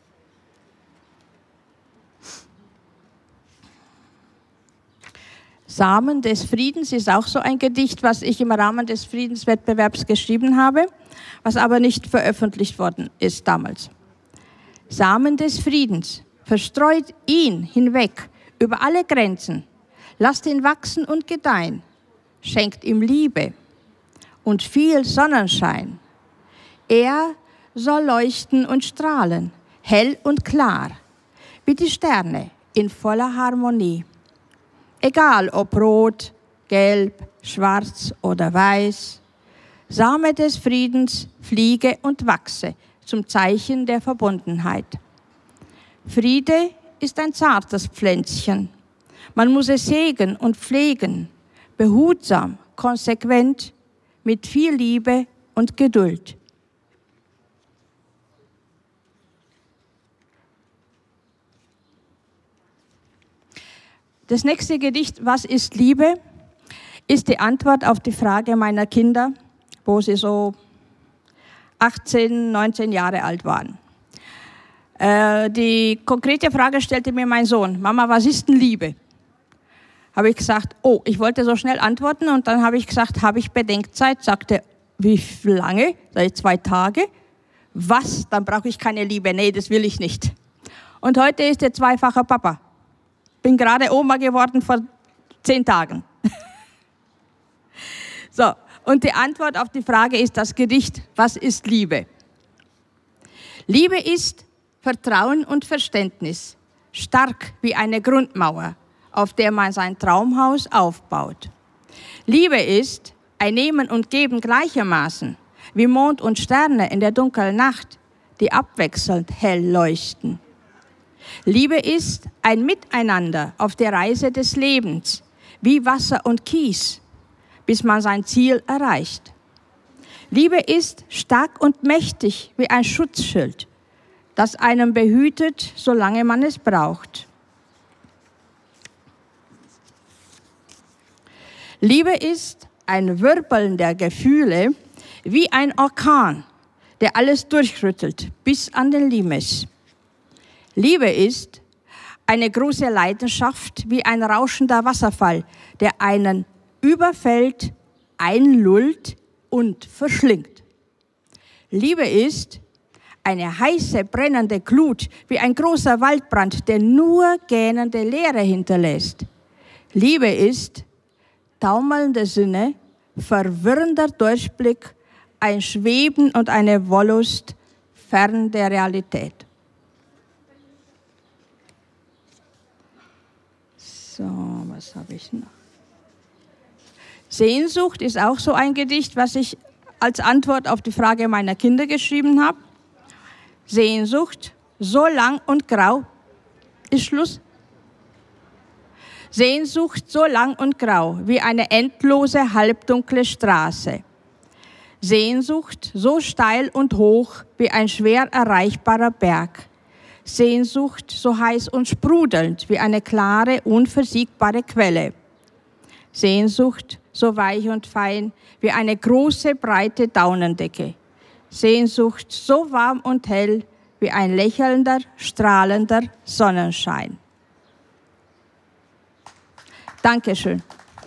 Das Samen des Friedens ist auch so ein Gedicht, was ich im Rahmen des Friedenswettbewerbs geschrieben habe, was aber nicht veröffentlicht worden ist damals. Samen des Friedens, verstreut ihn hinweg über alle Grenzen, lasst ihn wachsen und gedeihen, schenkt ihm Liebe und viel Sonnenschein. Er soll leuchten und strahlen, hell und klar, wie die Sterne in voller Harmonie. Egal ob rot, gelb, schwarz oder weiß, Same des Friedens fliege und wachse zum Zeichen der Verbundenheit. Friede ist ein zartes Pflänzchen. Man muss es sägen und pflegen, behutsam, konsequent, mit viel Liebe und Geduld. Das nächste Gedicht, Was ist Liebe?, ist die Antwort auf die Frage meiner Kinder, wo sie so achtzehn, neunzehn Jahre alt waren. Äh, die konkrete Frage stellte mir mein Sohn: Mama, was ist denn Liebe? Habe ich gesagt, oh, ich wollte so schnell antworten und dann habe ich gesagt, habe ich Bedenkzeit? Sagte, wie lange? Seit zwei Tage. Was? Dann brauche ich keine Liebe. Nee, das will ich nicht. Und heute ist er zweifacher Papa. Bin gerade Oma geworden vor zehn Tagen. So, und die Antwort auf die Frage ist das Gedicht, was ist Liebe? Liebe ist Vertrauen und Verständnis, stark wie eine Grundmauer, auf der man sein Traumhaus aufbaut. Liebe ist ein Nehmen und Geben gleichermaßen, wie Mond und Sterne in der dunklen Nacht, die abwechselnd hell leuchten. Liebe ist ein Miteinander auf der Reise des Lebens, wie Wasser und Kies, bis man sein Ziel erreicht. Liebe ist stark und mächtig wie ein Schutzschild, das einen behütet, solange man es braucht. Liebe ist ein Wirbeln der Gefühle wie ein Orkan, der alles durchrüttelt bis an den Limes. Liebe ist eine große Leidenschaft wie ein rauschender Wasserfall, der einen überfällt, einlullt und verschlingt. Liebe ist eine heiße, brennende Glut wie ein großer Waldbrand, der nur gähnende Leere hinterlässt. Liebe ist taumelnde Sinne, verwirrender Durchblick, ein Schweben und eine Wollust fern der Realität. So, was habe ich noch? Sehnsucht ist auch so ein Gedicht, was ich als Antwort auf die Frage meiner Kinder geschrieben habe. Sehnsucht, so lang und grau, ist Schluss. Sehnsucht, so lang und grau, wie eine endlose, halbdunkle Straße. Sehnsucht, so steil und hoch, wie ein schwer erreichbarer Berg. Sehnsucht, so heiß und sprudelnd, wie eine klare, unversiegbare Quelle. Sehnsucht, so weich und fein, wie eine große, breite Daunendecke. Sehnsucht, so warm und hell, wie ein lächelnder, strahlender Sonnenschein. Dankeschön.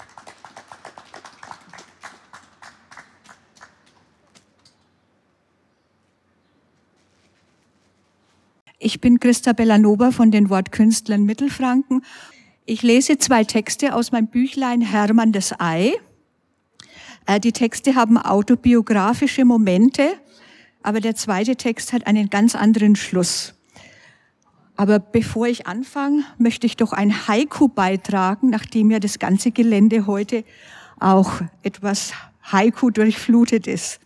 Ich bin Christa Bellanova von den Wortkünstlern Mittelfranken. Ich lese zwei Texte aus meinem Büchlein Hermann das Ei. Die Texte haben autobiografische Momente, aber der zweite Text hat einen ganz anderen Schluss. Aber bevor ich anfange, möchte ich doch ein Haiku beitragen, nachdem ja das ganze Gelände heute auch etwas Haiku durchflutet ist.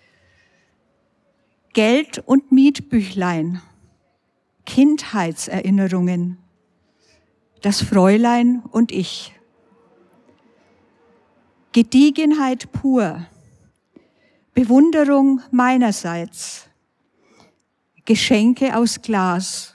Geld- und Mietbüchlein, Kindheitserinnerungen, das Fräulein und ich. Gediegenheit pur, Bewunderung meinerseits, Geschenke aus Glas,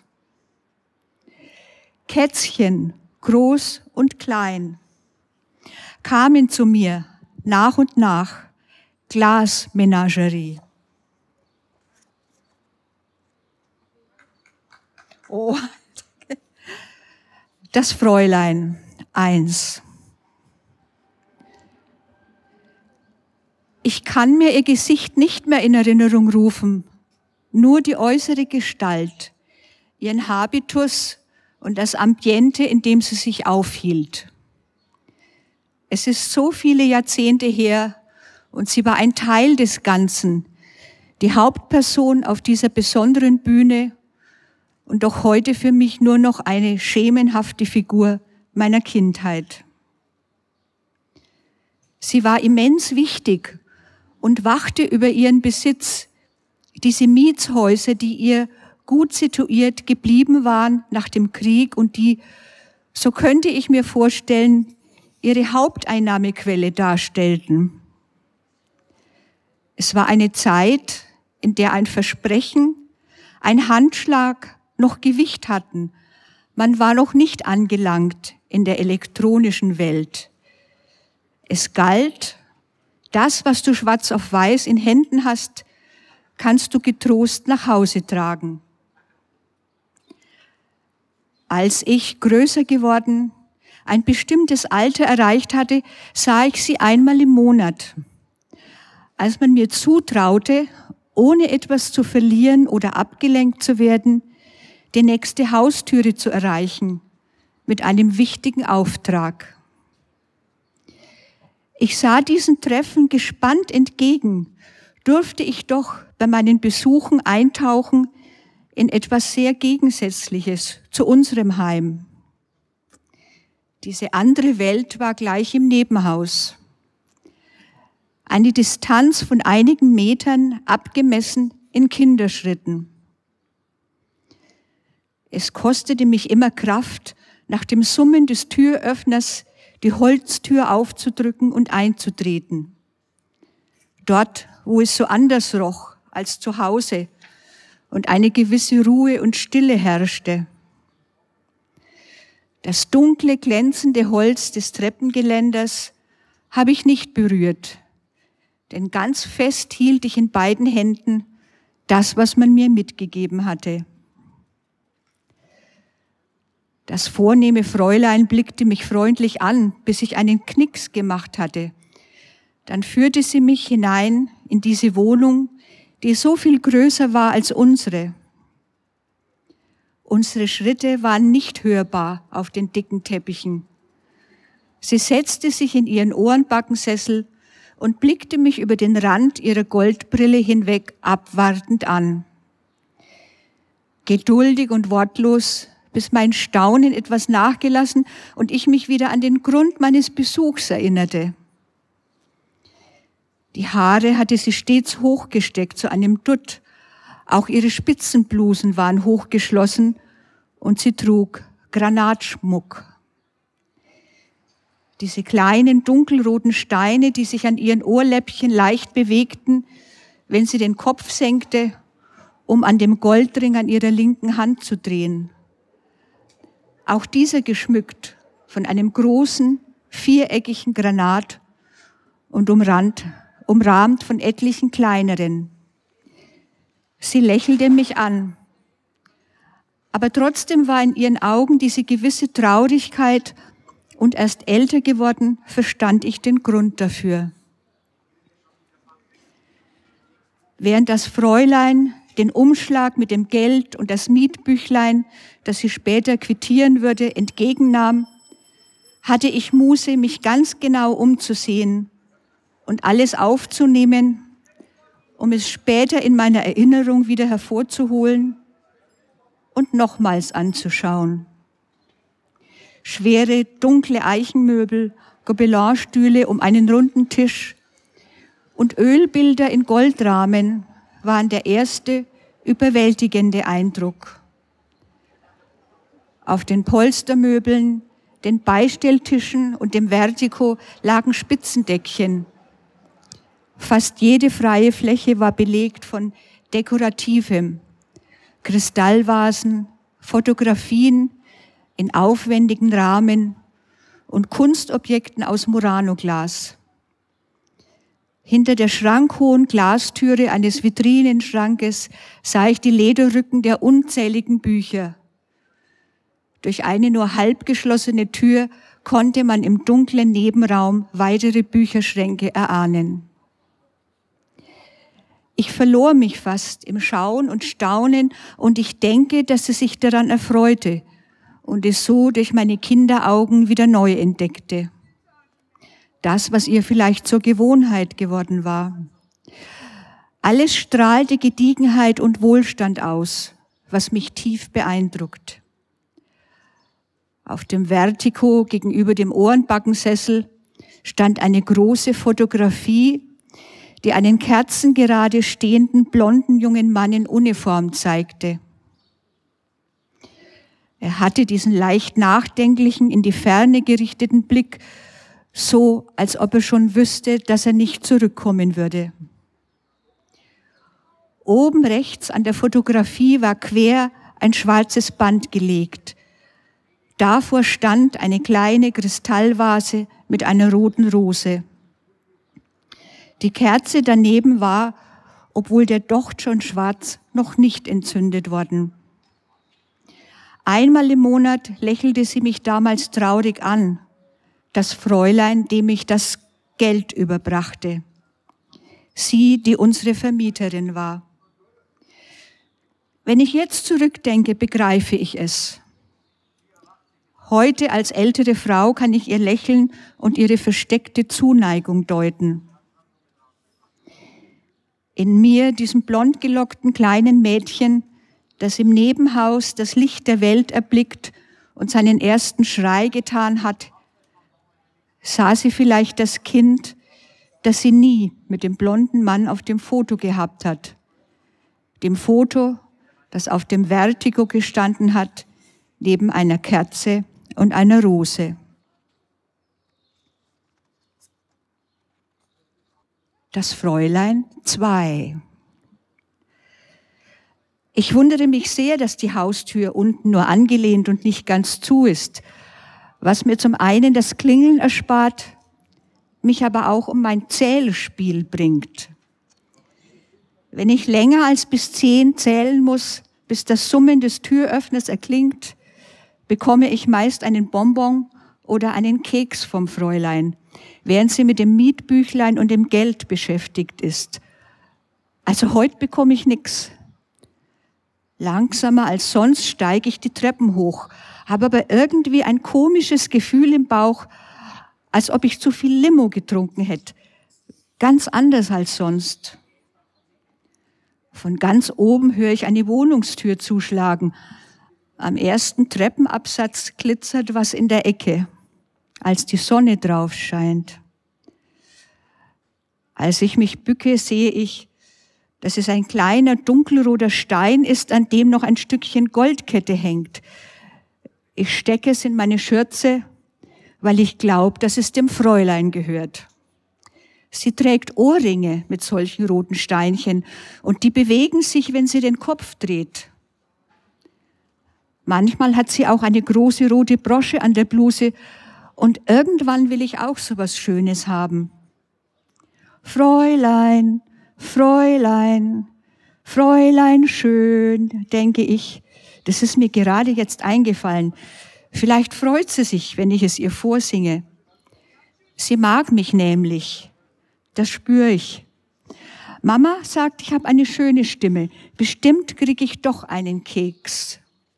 Kätzchen, groß und klein, kamen zu mir nach und nach, Glasmenagerie. Oh, das Fräulein, eins. Ich kann mir ihr Gesicht nicht mehr in Erinnerung rufen, nur die äußere Gestalt, ihren Habitus und das Ambiente, in dem sie sich aufhielt. Es ist so viele Jahrzehnte her und sie war ein Teil des Ganzen, die Hauptperson auf dieser besonderen Bühne und doch heute für mich nur noch eine schemenhafte Figur meiner Kindheit. Sie war immens wichtig und wachte über ihren Besitz, diese Mietshäuser, die ihr gut situiert geblieben waren nach dem Krieg und die, so könnte ich mir vorstellen, ihre Haupteinnahmequelle darstellten. Es war eine Zeit, in der ein Versprechen, ein Handschlag noch Gewicht hatten. Man war noch nicht angelangt in der elektronischen Welt. Es galt, das, was du schwarz auf weiß in Händen hast, kannst du getrost nach Hause tragen. Als ich größer geworden, ein bestimmtes Alter erreicht hatte, sah ich sie einmal im Monat. Als man mir zutraute, ohne etwas zu verlieren oder abgelenkt zu werden, die nächste Haustüre zu erreichen, mit einem wichtigen Auftrag. Ich sah diesen Treffen gespannt entgegen, durfte ich doch bei meinen Besuchen eintauchen in etwas sehr Gegensätzliches zu unserem Heim. Diese andere Welt war gleich im Nebenhaus. Eine Distanz von einigen Metern, abgemessen in Kinderschritten. Es kostete mich immer Kraft, nach dem Summen des Türöffners die Holztür aufzudrücken und einzutreten. Dort, wo es so anders roch als zu Hause und eine gewisse Ruhe und Stille herrschte. Das dunkle, glänzende Holz des Treppengeländers habe ich nicht berührt, denn ganz fest hielt ich in beiden Händen das, was man mir mitgegeben hatte. Das vornehme Fräulein blickte mich freundlich an, bis ich einen Knicks gemacht hatte. Dann führte sie mich hinein in diese Wohnung, die so viel größer war als unsere. Unsere Schritte waren nicht hörbar auf den dicken Teppichen. Sie setzte sich in ihren Ohrenbackensessel und blickte mich über den Rand ihrer Goldbrille hinweg abwartend an. Geduldig und wortlos, bis mein Staunen etwas nachgelassen und ich mich wieder an den Grund meines Besuchs erinnerte. Die Haare hatte sie stets hochgesteckt zu einem Dutt. Auch ihre Spitzenblusen waren hochgeschlossen und sie trug Granatschmuck. Diese kleinen dunkelroten Steine, die sich an ihren Ohrläppchen leicht bewegten, wenn sie den Kopf senkte, um an dem Goldring an ihrer linken Hand zu drehen. Auch dieser geschmückt von einem großen, viereckigen Granat und umrahmt, umrahmt von etlichen kleineren. Sie lächelte mich an, aber trotzdem war in ihren Augen diese gewisse Traurigkeit und erst älter geworden verstand ich den Grund dafür. Während das Fräulein den Umschlag mit dem Geld und das Mietbüchlein, das sie später quittieren würde, entgegennahm, hatte ich Muße, mich ganz genau umzusehen und alles aufzunehmen, um es später in meiner Erinnerung wieder hervorzuholen und nochmals anzuschauen. Schwere, dunkle Eichenmöbel, Gobelin-Stühle um einen runden Tisch und Ölbilder in Goldrahmen waren der erste überwältigende Eindruck. Auf den Polstermöbeln, den Beistelltischen und dem Vertico lagen Spitzendeckchen. Fast jede freie Fläche war belegt von Dekorativem, Kristallvasen, Fotografien in aufwendigen Rahmen und Kunstobjekten aus Murano-Glas. Hinter der schrankhohen Glastüre eines Vitrinenschrankes sah ich die Lederrücken der unzähligen Bücher. Durch eine nur halb geschlossene Tür konnte man im dunklen Nebenraum weitere Bücherschränke erahnen. Ich verlor mich fast im Schauen und Staunen und ich denke, dass sie sich daran erfreute und es so durch meine Kinderaugen wieder neu entdeckte. Das, was ihr vielleicht zur Gewohnheit geworden war. Alles strahlte Gediegenheit und Wohlstand aus, was mich tief beeindruckt. Auf dem Vertigo gegenüber dem Ohrenbackensessel stand eine große Fotografie, die einen kerzengerade stehenden blonden jungen Mann in Uniform zeigte. Er hatte diesen leicht nachdenklichen, in die Ferne gerichteten Blick, so als ob er schon wüsste, dass er nicht zurückkommen würde. Oben rechts an der Fotografie war quer ein schwarzes Band gelegt. Davor stand eine kleine Kristallvase mit einer roten Rose. Die Kerze daneben war, obwohl der Docht schon schwarz, noch nicht entzündet worden. Einmal im Monat lächelte sie mich damals traurig an, das Fräulein, dem ich das Geld überbrachte. Sie, die unsere Vermieterin war. Wenn ich jetzt zurückdenke, begreife ich es. Heute als ältere Frau kann ich ihr Lächeln und ihre versteckte Zuneigung deuten. In mir, diesem blond gelockten kleinen Mädchen, das im Nebenhaus das Licht der Welt erblickt und seinen ersten Schrei getan hat, sah sie vielleicht das Kind, das sie nie mit dem blonden Mann auf dem Foto gehabt hat. Dem Foto, das auf dem Vertigo gestanden hat, neben einer Kerze und einer Rose. Das Fräulein zwei. Ich wundere mich sehr, dass die Haustür unten nur angelehnt und nicht ganz zu ist, was mir zum einen das Klingeln erspart, mich aber auch um mein Zählspiel bringt. Wenn ich länger als bis zehn zählen muss, bis das Summen des Türöffners erklingt, bekomme ich meist einen Bonbon oder einen Keks vom Fräulein, während sie mit dem Mietbüchlein und dem Geld beschäftigt ist. Also heute bekomme ich nichts. Langsamer als sonst steige ich die Treppen hoch, habe aber irgendwie ein komisches Gefühl im Bauch, als ob ich zu viel Limo getrunken hätte. Ganz anders als sonst. Von ganz oben höre ich eine Wohnungstür zuschlagen. Am ersten Treppenabsatz glitzert was in der Ecke, als die Sonne drauf scheint. Als ich mich bücke, sehe ich, dass es ein kleiner dunkelroter Stein ist, an dem noch ein Stückchen Goldkette hängt. Ich stecke es in meine Schürze, weil ich glaube, dass es dem Fräulein gehört. Sie trägt Ohrringe mit solchen roten Steinchen und die bewegen sich, wenn sie den Kopf dreht. Manchmal hat sie auch eine große rote Brosche an der Bluse und irgendwann will ich auch so was Schönes haben. Fräulein, Fräulein, Fräulein schön, denke ich. Das ist mir gerade jetzt eingefallen. Vielleicht freut sie sich, wenn ich es ihr vorsinge. Sie mag mich nämlich. Das spüre ich. Mama sagt, ich habe eine schöne Stimme. Bestimmt kriege ich doch einen Keks.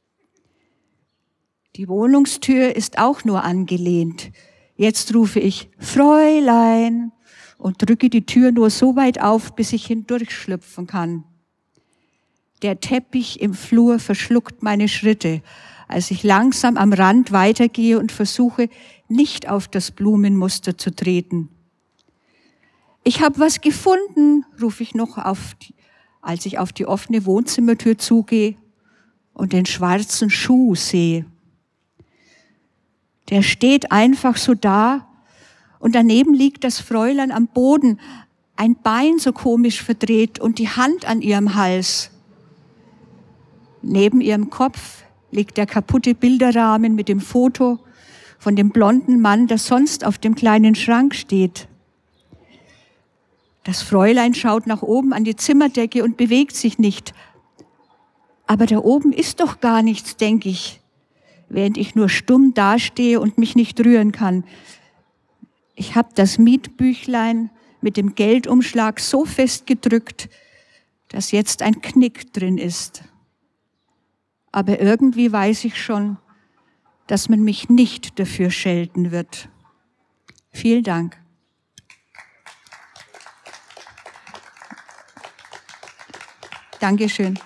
Die Wohnungstür ist auch nur angelehnt. Jetzt rufe ich Fräulein und drücke die Tür nur so weit auf, bis ich hindurchschlüpfen kann. Der Teppich im Flur verschluckt meine Schritte, als ich langsam am Rand weitergehe und versuche, nicht auf das Blumenmuster zu treten. Ich habe was gefunden, rufe ich noch, auf die, als ich auf die offene Wohnzimmertür zugehe und den schwarzen Schuh sehe. Der steht einfach so da und daneben liegt das Fräulein am Boden, ein Bein so komisch verdreht und die Hand an ihrem Hals. Neben ihrem Kopf liegt der kaputte Bilderrahmen mit dem Foto von dem blonden Mann, der sonst auf dem kleinen Schrank steht. Das Fräulein schaut nach oben an die Zimmerdecke und bewegt sich nicht. Aber da oben ist doch gar nichts, denke ich, während ich nur stumm dastehe und mich nicht rühren kann. Ich habe das Mietbüchlein mit dem Geldumschlag so festgedrückt, dass jetzt ein Knick drin ist. Aber irgendwie weiß ich schon, dass man mich nicht dafür schelten wird. Vielen Dank. Dankeschön.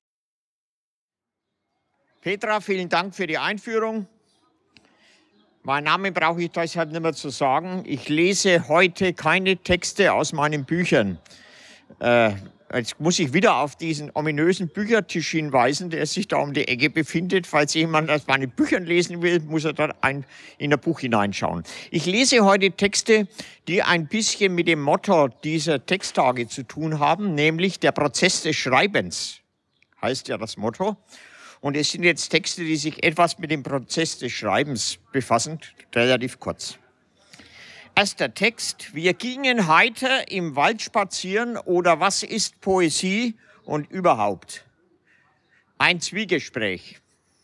Petra, vielen Dank für die Einführung. Mein Name brauche ich deshalb nicht mehr zu sagen. Ich lese heute keine Texte aus meinen Büchern. Äh, jetzt muss ich wieder auf diesen ominösen Büchertisch hinweisen, der sich da um die Ecke befindet. Falls jemand aus meinen Büchern lesen will, muss er dort ein, in ein Buch hineinschauen. Ich lese heute Texte, die ein bisschen mit dem Motto dieser Texttage zu tun haben, nämlich der Prozess des Schreibens, heißt ja das Motto. Und es sind jetzt Texte, die sich etwas mit dem Prozess des Schreibens befassen, relativ kurz. Erster Text: Wir gingen heiter im Wald spazieren, oder was ist Poesie und überhaupt? Ein Zwiegespräch.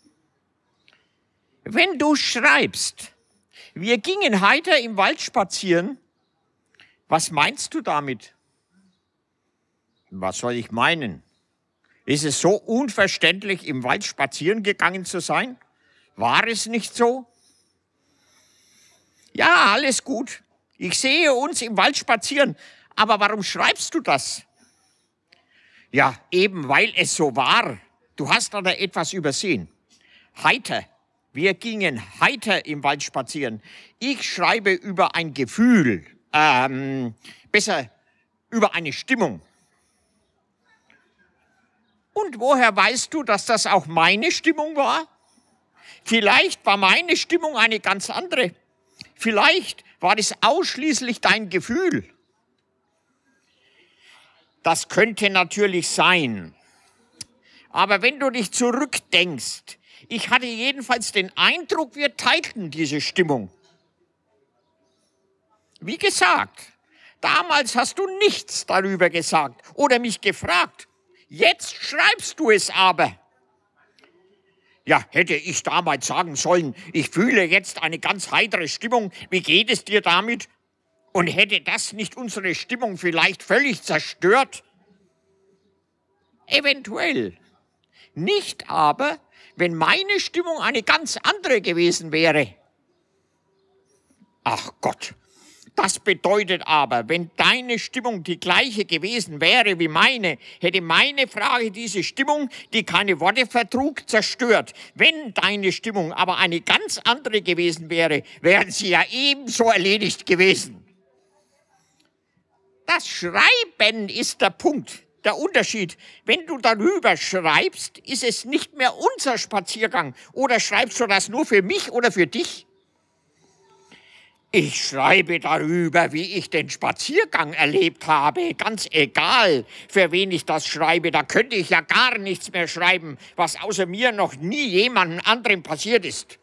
Wenn du schreibst, wir gingen heiter im Wald spazieren, was meinst du damit? Was soll ich meinen? Ist es so unverständlich, im Wald spazieren gegangen zu sein? War es nicht so? Ja, alles gut. Ich sehe uns im Wald spazieren. Aber warum schreibst du das? Ja, eben weil es so war. Du hast da etwas übersehen. Heiter. Wir gingen heiter im Wald spazieren. Ich schreibe über ein Gefühl. Ähm, besser über eine Stimmung. Und woher weißt du, dass das auch meine Stimmung war? Vielleicht war meine Stimmung eine ganz andere. Vielleicht war es ausschließlich dein Gefühl. Das könnte natürlich sein. Aber wenn du dich zurückdenkst, ich hatte jedenfalls den Eindruck, wir teilten diese Stimmung. Wie gesagt, damals hast du nichts darüber gesagt oder mich gefragt. Jetzt schreibst du es aber. Ja, hätte ich damals sagen sollen, ich fühle jetzt eine ganz heitere Stimmung, wie geht es dir damit? Und hätte das nicht unsere Stimmung vielleicht völlig zerstört? Eventuell. Nicht aber, wenn meine Stimmung eine ganz andere gewesen wäre. Ach Gott. Das bedeutet aber, wenn deine Stimmung die gleiche gewesen wäre wie meine, hätte meine Frage diese Stimmung, die keine Worte vertrug, zerstört. Wenn deine Stimmung aber eine ganz andere gewesen wäre, wären sie ja ebenso erledigt gewesen. Das Schreiben ist der Punkt, der Unterschied. Wenn du darüber schreibst, ist es nicht mehr unser Spaziergang. Oder schreibst du das nur für mich oder für dich? Ich schreibe darüber, wie ich den Spaziergang erlebt habe. Ganz egal, für wen ich das schreibe. Da könnte ich ja gar nichts mehr schreiben, was außer mir noch nie jemandem anderem passiert ist.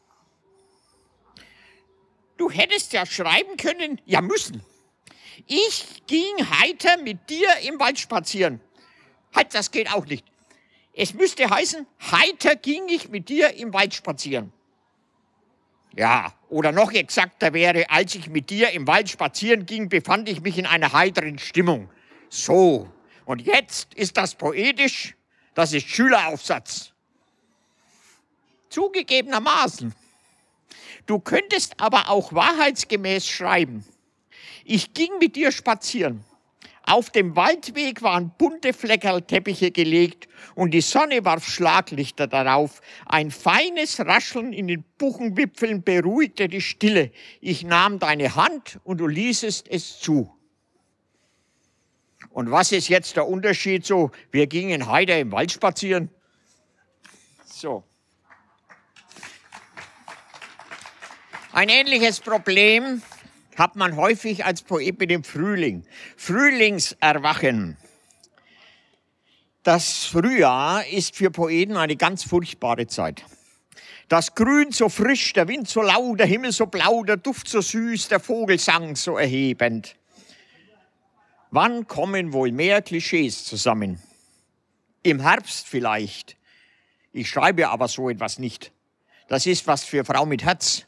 Du hättest ja schreiben können, ja müssen. Ich ging heiter mit dir im Wald spazieren. Halt, das geht auch nicht. Es müsste heißen, heiter ging ich mit dir im Wald spazieren. Ja, oder noch exakter wäre, als ich mit dir im Wald spazieren ging, befand ich mich in einer heiteren Stimmung. So, und jetzt ist das poetisch, das ist Schüleraufsatz. Zugegebenermaßen. Du könntest aber auch wahrheitsgemäß schreiben. Ich ging mit dir spazieren. Auf dem Waldweg waren bunte Fleckerlteppiche gelegt und die Sonne warf Schlaglichter darauf. Ein feines Rascheln in den Buchenwipfeln beruhigte die Stille. Ich nahm deine Hand und du ließest es zu. Und was ist jetzt der Unterschied so? Wir gingen heiter im Wald spazieren. So. Ein ähnliches Problem hat man häufig als Poet mit dem Frühling. Frühlingserwachen. Das Frühjahr ist für Poeten eine ganz furchtbare Zeit. Das Grün so frisch, der Wind so laut, der Himmel so blau, der Duft so süß, der Vogelsang so erhebend. Wann kommen wohl mehr Klischees zusammen? Im Herbst vielleicht. Ich schreibe aber so etwas nicht. Das ist was für Frau mit Herz.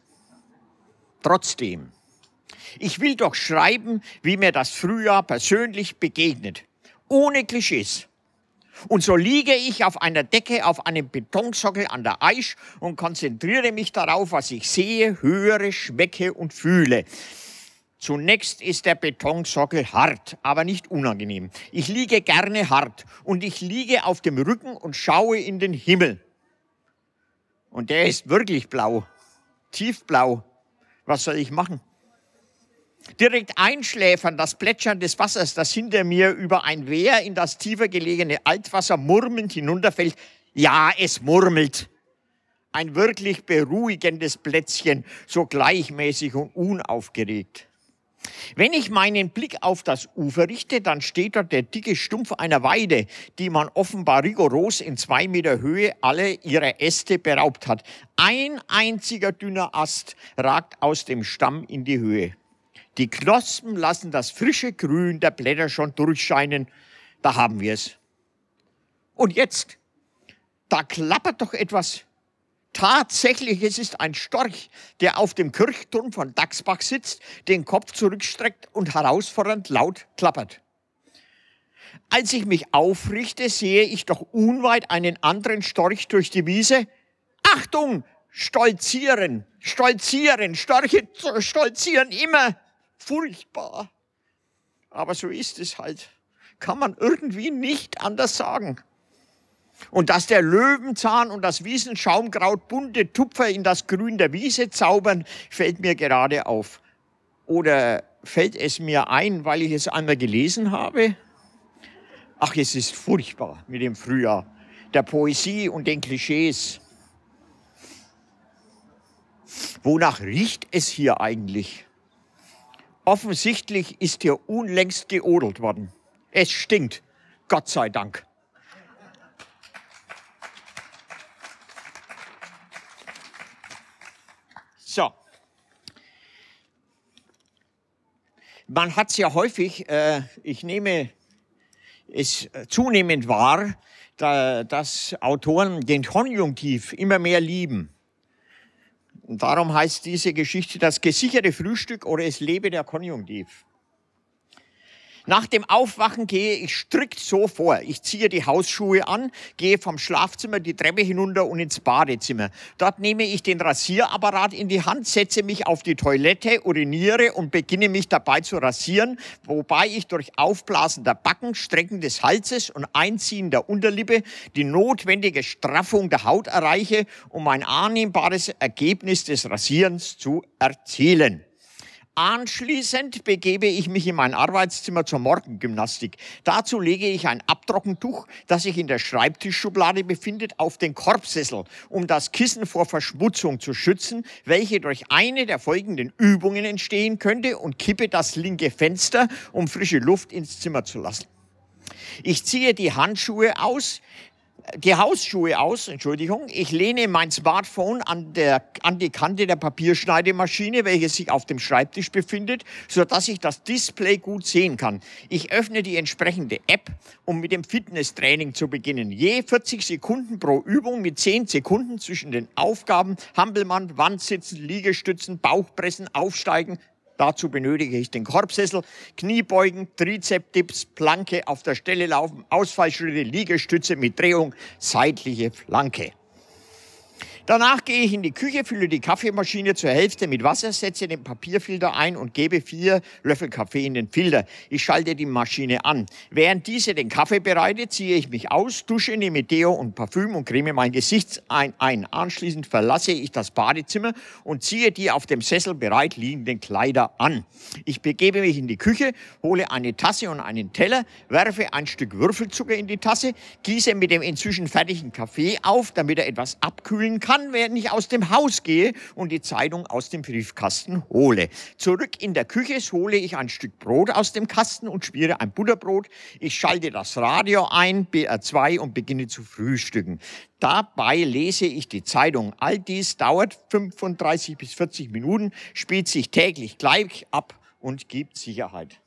Trotzdem. Ich will doch schreiben, wie mir das Frühjahr persönlich begegnet. ohne Klischees. Und so liege ich auf einer Decke, auf einem Betonsockel an der Aisch und konzentriere mich darauf, was ich sehe, höre, schmecke und fühle. Zunächst ist der Betonsockel hart, aber nicht unangenehm. Ich liege gerne hart und ich liege auf dem Rücken und schaue in den Himmel. Und der ist wirklich blau, tiefblau. Was soll ich machen? Direkt einschläfern, das Plätschern des Wassers, das hinter mir über ein Wehr in das tiefer gelegene Altwasser murmelnd hinunterfällt. Ja, es murmelt. Ein wirklich beruhigendes Plätzchen, so gleichmäßig und unaufgeregt. Wenn ich meinen Blick auf das Ufer richte, dann steht dort der dicke Stumpf einer Weide, die man offenbar rigoros in zwei Meter Höhe alle ihrer Äste beraubt hat. Ein einziger dünner Ast ragt aus dem Stamm in die Höhe. Die Knospen lassen das frische Grün der Blätter schon durchscheinen. Da haben wir es. Und jetzt, da klappert doch etwas. Tatsächlich, es ist ein Storch, der auf dem Kirchturm von Dachsbach sitzt, den Kopf zurückstreckt und herausfordernd laut klappert. Als ich mich aufrichte, sehe ich doch unweit einen anderen Storch durch die Wiese. Achtung, stolzieren, stolzieren, Störche stolzieren immer. Furchtbar. Aber so ist es halt. Kann man irgendwie nicht anders sagen. Und dass der Löwenzahn und das Wiesenschaumkraut bunte Tupfer in das Grün der Wiese zaubern, fällt mir gerade auf. Oder fällt es mir ein, weil ich es einmal gelesen habe? Ach, es ist furchtbar mit dem Frühjahr, der Poesie und den Klischees. Wonach riecht es hier eigentlich? Offensichtlich ist hier unlängst geodelt worden. Es stinkt, Gott sei Dank. So. Man hat es ja häufig, äh, ich nehme es zunehmend wahr, da, dass Autoren den Konjunktiv immer mehr lieben. Und darum heißt diese Geschichte das gesicherte Frühstück oder es lebe der Konjunktiv. Nach dem Aufwachen gehe ich strikt so vor. Ich ziehe die Hausschuhe an, gehe vom Schlafzimmer die Treppe hinunter und ins Badezimmer. Dort nehme ich den Rasierapparat in die Hand, setze mich auf die Toilette, uriniere und beginne mich dabei zu rasieren, wobei ich durch Aufblasen der Backen, Strecken des Halses und Einziehen der Unterlippe die notwendige Straffung der Haut erreiche, um ein annehmbares Ergebnis des Rasierens zu erzielen. Anschließend begebe ich mich in mein Arbeitszimmer zur Morgengymnastik. Dazu lege ich ein Abtrockentuch, das sich in der Schreibtischschublade befindet, auf den Korbsessel, um das Kissen vor Verschmutzung zu schützen, welche durch eine der folgenden Übungen entstehen könnte, und kippe das linke Fenster, um frische Luft ins Zimmer zu lassen. Ich ziehe die Handschuhe aus, die Hausschuhe aus, Entschuldigung. Ich lehne mein Smartphone an, der, an die Kante der Papierschneidemaschine, welche sich auf dem Schreibtisch befindet, sodass ich das Display gut sehen kann. Ich öffne die entsprechende App, um mit dem Fitnesstraining zu beginnen. Je vierzig Sekunden pro Übung mit zehn Sekunden zwischen den Aufgaben Hampelmann, Wandsitzen, Liegestützen, Bauchpressen, Aufsteigen. Dazu benötige ich den Korbsessel, Kniebeugen, Trizepdips, Planke, auf der Stelle laufen, Ausfallschritte, Liegestütze mit Drehung, seitliche Flanke. Danach gehe ich in die Küche, fülle die Kaffeemaschine zur Hälfte mit Wasser, setze den Papierfilter ein und gebe vier Löffel Kaffee in den Filter. Ich schalte die Maschine an. Während diese den Kaffee bereitet, ziehe ich mich aus, dusche, nehme Deo und Parfüm und creme mein Gesicht ein. ein. Anschließend verlasse ich das Badezimmer und ziehe die auf dem Sessel bereit liegenden Kleider an. Ich begebe mich in die Küche, hole eine Tasse und einen Teller, werfe ein Stück Würfelzucker in die Tasse, gieße mit dem inzwischen fertigen Kaffee auf, damit er etwas abkühlen kann, während ich aus dem Haus gehe und die Zeitung aus dem Briefkasten hole. Zurück in der Küche hole ich ein Stück Brot aus dem Kasten und schmiere ein Butterbrot. Ich schalte das Radio ein, B R zwei, und beginne zu frühstücken. Dabei lese ich die Zeitung. All dies dauert fünfunddreißig bis vierzig Minuten, spielt sich täglich gleich ab und gibt Sicherheit.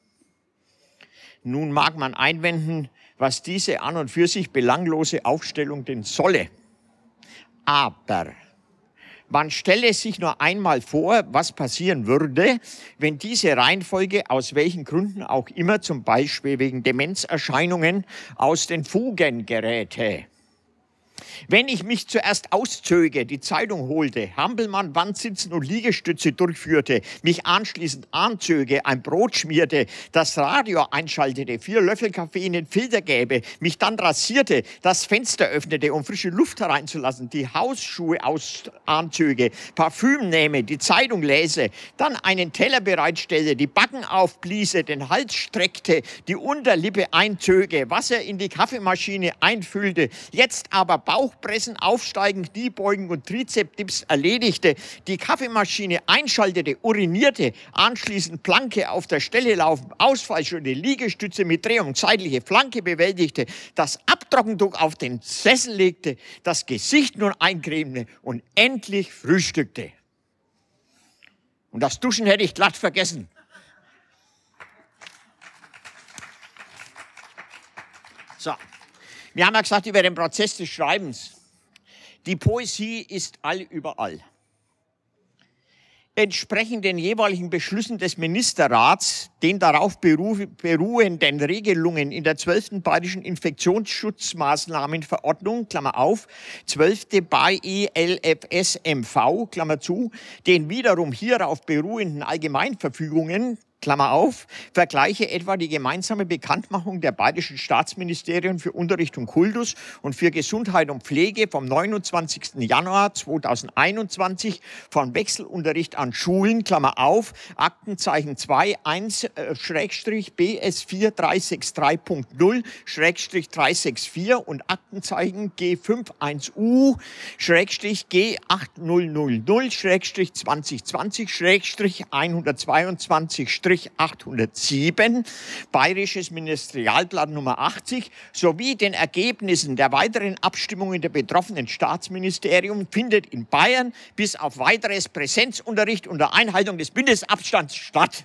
Nun mag man einwenden, was diese an und für sich belanglose Aufstellung denn solle. Aber Man stelle sich nur einmal vor, was passieren würde, wenn diese Reihenfolge aus welchen Gründen auch immer, zum Beispiel wegen Demenzerscheinungen, aus den Fugen geräte. Wenn ich mich zuerst auszöge, die Zeitung holte, Hampelmann Wandsitzen und Liegestütze durchführte, mich anschließend anzöge, ein Brot schmierte, das Radio einschaltete, vier Löffel Kaffee in den Filter gäbe, mich dann rasierte, das Fenster öffnete, um frische Luft hereinzulassen, die Hausschuhe aus anzöge, Parfüm nähme, die Zeitung läse, dann einen Teller bereitstellte, die Backen aufbliese, den Hals streckte, die Unterlippe einzöge, Wasser in die Kaffeemaschine einfüllte, jetzt aber Bauchpressen, Aufsteigen, Kniebeugen und Trizepdips erledigte, die Kaffeemaschine einschaltete, urinierte, anschließend Planke auf der Stelle laufen, Ausfallschritte, Liegestütze mit Drehung, seitliche Flanke bewältigte, das Abtrockentuch auf den Sessel legte, das Gesicht nun eincremte und endlich frühstückte. Und das Duschen hätte ich glatt vergessen. So. Wir haben ja gesagt über den Prozess des Schreibens. Die Poesie ist allüberall. Entsprechend den jeweiligen Beschlüssen des Ministerrats, den darauf beruhenden Regelungen in der zwölften Bayerischen Infektionsschutzmaßnahmenverordnung, Klammer auf, zwölfte B A I L F S M V, Klammer zu, den wiederum hierauf beruhenden Allgemeinverfügungen, Klammer auf, vergleiche etwa die gemeinsame Bekanntmachung der bayerischen Staatsministerien für Unterricht und Kultus und für Gesundheit und Pflege vom neunundzwanzigsten Januar zweitausendeinundzwanzig von Wechselunterricht an Schulen, Klammer auf, Aktenzeichen zwei eins B S vier drei sechs drei Punkt null drei sechs vier und Aktenzeichen G fünf eins U G acht null null null zwanzig zwanzig hundertzweiundzwanzig achthundertsieben, Bayerisches Ministerialblatt Nummer achtzig, sowie den Ergebnissen der weiteren Abstimmungen der betroffenen Staatsministerien findet in Bayern bis auf weiteres Präsenzunterricht unter Einhaltung des Mindestabstands statt.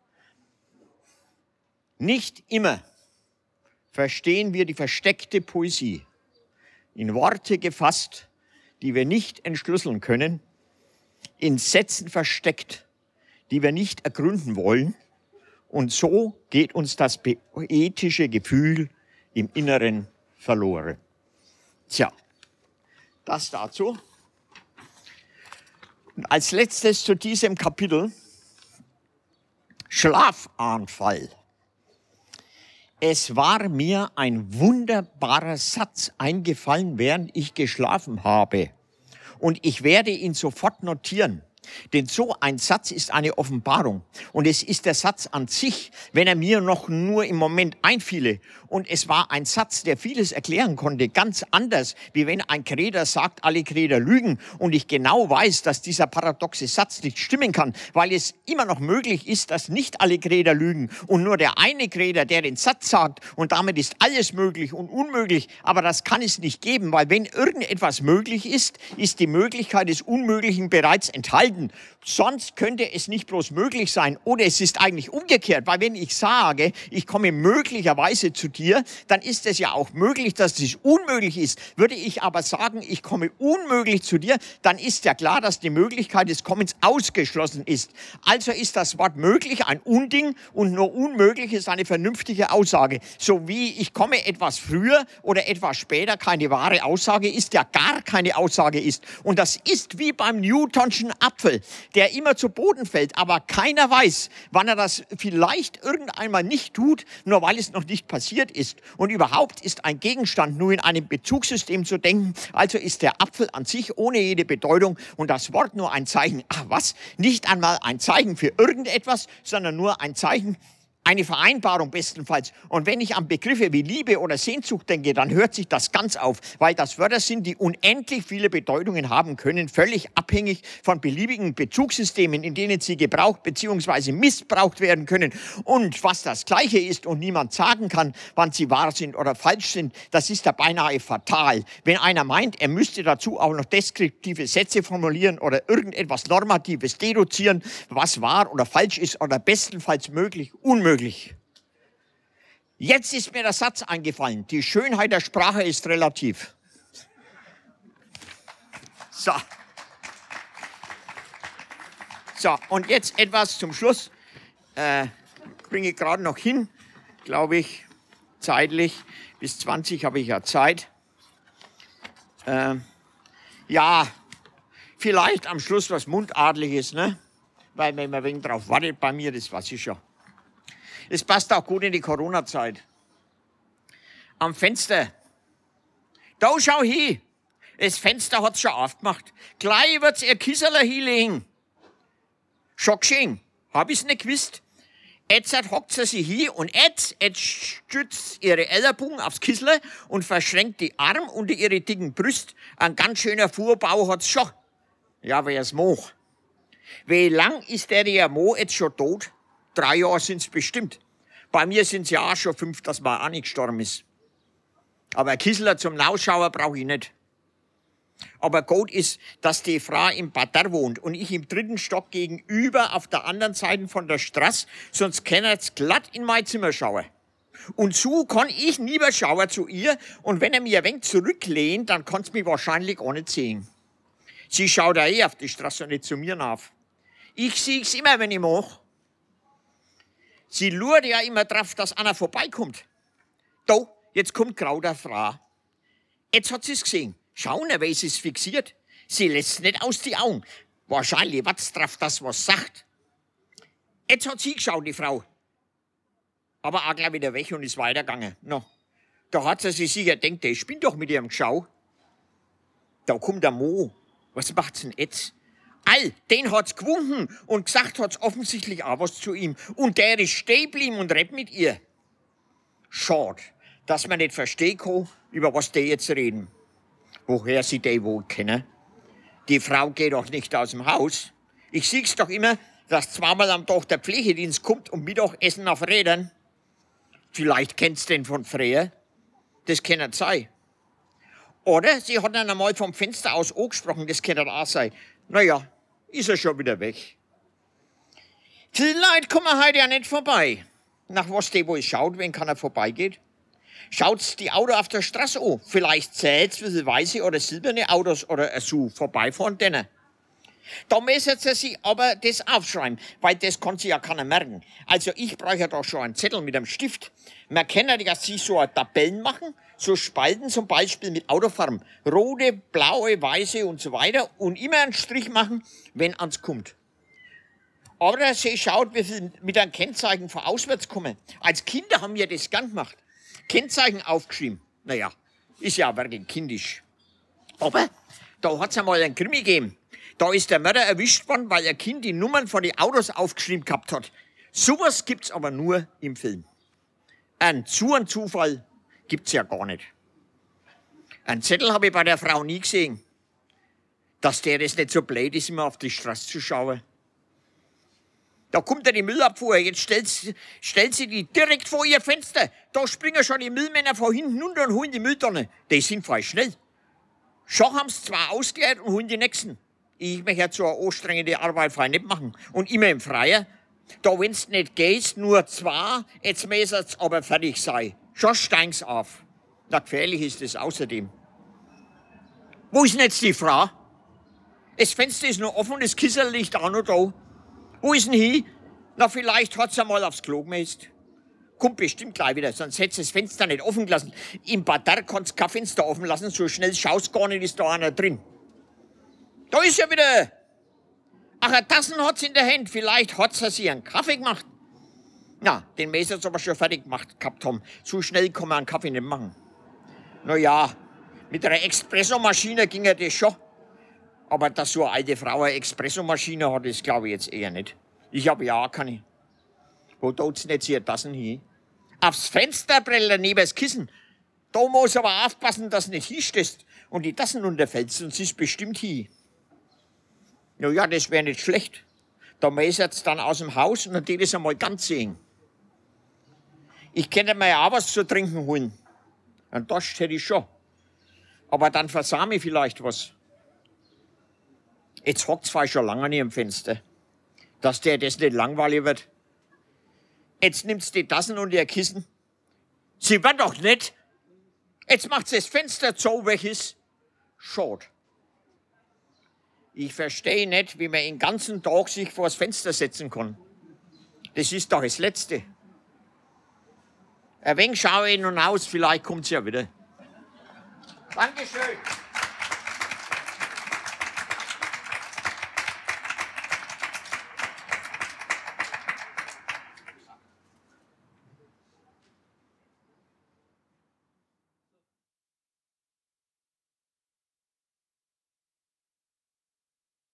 Nicht immer verstehen wir die versteckte Poesie, in Worte gefasst, die wir nicht entschlüsseln können, in Sätzen versteckt, die wir nicht ergründen wollen. Und so geht uns das poetische Gefühl im Inneren verloren. Tja, das dazu. Und als letztes zu diesem Kapitel Schlafanfall. Es war mir ein wunderbarer Satz eingefallen, während ich geschlafen habe. Und ich werde ihn sofort notieren. Denn so ein Satz ist eine Offenbarung. Und es ist der Satz an sich, wenn er mir noch nur im Moment einfiele. Und es war ein Satz, der vieles erklären konnte, ganz anders, wie wenn ein Kreder sagt, alle Kreder lügen. Und ich genau weiß, dass dieser paradoxe Satz nicht stimmen kann, weil es immer noch möglich ist, dass nicht alle Kreder lügen. Und nur der eine Kreder, der den Satz sagt, und damit ist alles möglich und unmöglich. Aber das kann es nicht geben, weil wenn irgendetwas möglich ist, ist die Möglichkeit des Unmöglichen bereits enthalten. Sonst könnte es nicht bloß möglich sein oder es ist eigentlich umgekehrt, weil wenn ich sage, ich komme möglicherweise zu dir, dann ist es ja auch möglich, dass es unmöglich ist. Würde ich aber sagen, ich komme unmöglich zu dir, dann ist ja klar, dass die Möglichkeit des Kommens ausgeschlossen ist. Also ist das Wort möglich ein Unding und nur unmöglich ist eine vernünftige Aussage. So wie ich komme etwas früher oder etwas später keine wahre Aussage ist, ja gar keine Aussage ist. Und das ist wie beim Newtonschen Apfel, der immer zu Boden fällt, aber keiner weiß, wann er das vielleicht irgendeinmal nicht tut, nur weil es noch nicht passiert ist. Und überhaupt ist ein Gegenstand nur in einem Bezugssystem zu denken, also ist der Apfel an sich ohne jede Bedeutung und das Wort nur ein Zeichen. Ach was? Nicht einmal ein Zeichen für irgendetwas, sondern nur ein Zeichen, eine Vereinbarung bestenfalls. Und wenn ich an Begriffe wie Liebe oder Sehnsucht denke, dann hört sich das ganz auf, weil das Wörter sind, die unendlich viele Bedeutungen haben können, völlig abhängig von beliebigen Bezugssystemen, in denen sie gebraucht bzw. missbraucht werden können. Und was das Gleiche ist und niemand sagen kann, wann sie wahr sind oder falsch sind, das ist ja beinahe fatal. Wenn einer meint, er müsste dazu auch noch deskriptive Sätze formulieren oder irgendetwas Normatives deduzieren, was wahr oder falsch ist oder bestenfalls möglich, unmöglich. Jetzt ist mir der Satz eingefallen. Die Schönheit der Sprache ist relativ. So. So, und jetzt etwas zum Schluss. Äh, bringe ich gerade noch hin, glaube ich, zeitlich. Bis zwanzig habe ich ja Zeit. Äh, ja, vielleicht am Schluss was Mundartliches, ne? Weil wenn man ein wenig drauf wartet bei mir, das weiß ich schon. Es passt auch gut in die Corona-Zeit. Am Fenster. Da schau hin. Das Fenster hat's schon aufgemacht. Gleich wird's ihr Kisserler hinlegen. Schon geschehen. Hab ich's nicht gewusst. Jetzt hockt sie sich hin und jetzt, jetzt stützt ihre Ellenbogen aufs Kissel und verschränkt die Arme unter ihre dicken Brüste. Ein ganz schöner Fuhrbau hat's schon. Ja, wer's moch. Wie lang ist der der Mo jetzt schon tot? Drei Jahre sind's bestimmt. Bei mir sind's ja auch schon fünf, dass man auch nicht gestorben ist. Aber ein Kisseler zum Nauschauer brauche ich nicht. Aber gut ist, dass die Frau im Parterre wohnt und ich im dritten Stock gegenüber auf der anderen Seite von der Straße, sonst kann's glatt in mein Zimmer schauen. Und so kann ich lieber schauen zu ihr und wenn er mir ein wenig zurücklehnt, dann kann's mich wahrscheinlich auch nicht sehen. Sie schaut ja eh auf die Straße und nicht zu mir nach. Ich seh's immer, wenn ich mach. Sie lurt ja immer drauf, dass einer vorbeikommt. Da, jetzt kommt grau der Frau. Jetzt hat sie's gesehen. Schauen, weil sie ist fixiert. Sie lässt nicht aus die Augen. Wahrscheinlich wart's drauf, dass was sagt. Jetzt hat sie geschaut, die Frau. Aber auch gleich wieder weg und ist weitergegangen. No. Da hat sie sich sicher gedacht, ich bin doch mit ihrem Geschau. Da kommt der Mo. Was macht's denn jetzt? All, den hat's gewunken und gesagt hat's offensichtlich auch was zu ihm. Und der ist stehen geblieben und redet mit ihr. Schade, dass man nicht verstehen kann, über was die jetzt reden. Woher sie die wohl kennen? Die Frau geht doch nicht aus dem Haus. Ich sieh's doch immer, dass zweimal am Tag der Pflegedienst kommt und Mittagessen auf Rädern. Vielleicht kennt's den von früher. Das kann nicht sein. Oder sie hat dann einmal vom Fenster aus angesprochen, das kann nicht auch sein. Naja, ist er schon wieder weg. Viele Leute kommen heute ja nicht vorbei. Nach was die wohl schaut, wenn keiner vorbeigeht. Schaut's die Autos auf der Straße an. Vielleicht zählt's, wie viele weiße oder silberne Autos oder so vorbeifahren denen. Da müssen sie sich aber das aufschreiben, weil das kann sich ja keiner merken. Also ich brauche ja da schon einen Zettel mit einem Stift. Man kann ja sich so eine Tabellen machen, so Spalten zum Beispiel mit Autofarben. Rote, blaue, weiße und so weiter. Und immer einen Strich machen, wenn ans kommt. Aber sie schaut, wie viel mit einem Kennzeichen von auswärts kommen. Als Kinder haben wir das gern gemacht. Kennzeichen aufgeschrieben. Naja, ist ja wirklich kindisch. Aber da hat's einmal einen Krimi gegeben. Da ist der Mörder erwischt worden, weil ein Kind die Nummern von den Autos aufgeschrieben gehabt hat. Sowas gibt's aber nur im Film. Ein so ein Zufall gibt's ja gar nicht. Einen Zettel habe ich bei der Frau nie gesehen. Dass der das nicht so blöd ist, immer auf die Straße zu schauen. Da kommt ja die Müllabfuhr, jetzt stellt, stellt sie die direkt vor ihr Fenster. Da springen schon die Müllmänner von hinten runter und holen die Mülltonne. Die sind voll schnell. Schon haben sie zwei ausgeleert und holen die nächsten. Ich möchte so eine anstrengende Arbeit frei nicht machen. Und immer im Freien. Da, wenn's nicht geht, nur zwei, jetzt müssen sie aber fertig sein. Schon steigen's auf. Na, gefährlich ist es außerdem. Wo ist denn jetzt die Frau? Das Fenster ist noch offen, das Kisserl liegt auch noch da. Wo ist denn hin? Na, vielleicht hat sie mal aufs Klo gemäßt. Kommt bestimmt gleich wieder, sonst hätte sie das Fenster nicht offen gelassen. Im Parterre kannst du kein Fenster offen lassen, so schnell schaust gar nicht, ist da einer drin. Da ist ja wieder. Ach, eine Tassen hat sie in der Hand. Vielleicht hat sie sich einen Kaffee gemacht. Na, den müssen sie aber schon fertig gemacht gehabt haben. So schnell kann man einen Kaffee nicht machen. Na ja, mit einer Espressomaschine ging ja das schon. Aber dass so eine alte Frau eine Espressomaschine hat, das glaube ich jetzt eher nicht. Ich habe ja auch keine. Wo tut's nicht sie Tassen hin? Aufs Fensterbrille neben das Kissen. Da muss aber aufpassen, dass du nicht hinstößt und die Tassen runterfällt, sonst ist bestimmt hin. Na ja, das wäre nicht schlecht. Da müssen sie dann aus dem Haus und dann die das einmal ganz sehen. Ich könnte mir ja auch was zu trinken holen. Einen Dost hätte ich schon. Aber dann versame ich vielleicht was. Jetzt hockt's zwar schon lange nicht im Fenster. Dass der das nicht langweilig wird. Jetzt nimmt's die Tassen und ihr Kissen. Sie wird doch nicht. Jetzt macht's das Fenster zu, welches. Schade. Ich verstehe nicht, wie man den ganzen Tag sich vor das Fenster setzen kann. Das ist doch das Letzte. Ein wenig schaue ich nun aus, vielleicht kommt es ja wieder. Dankeschön.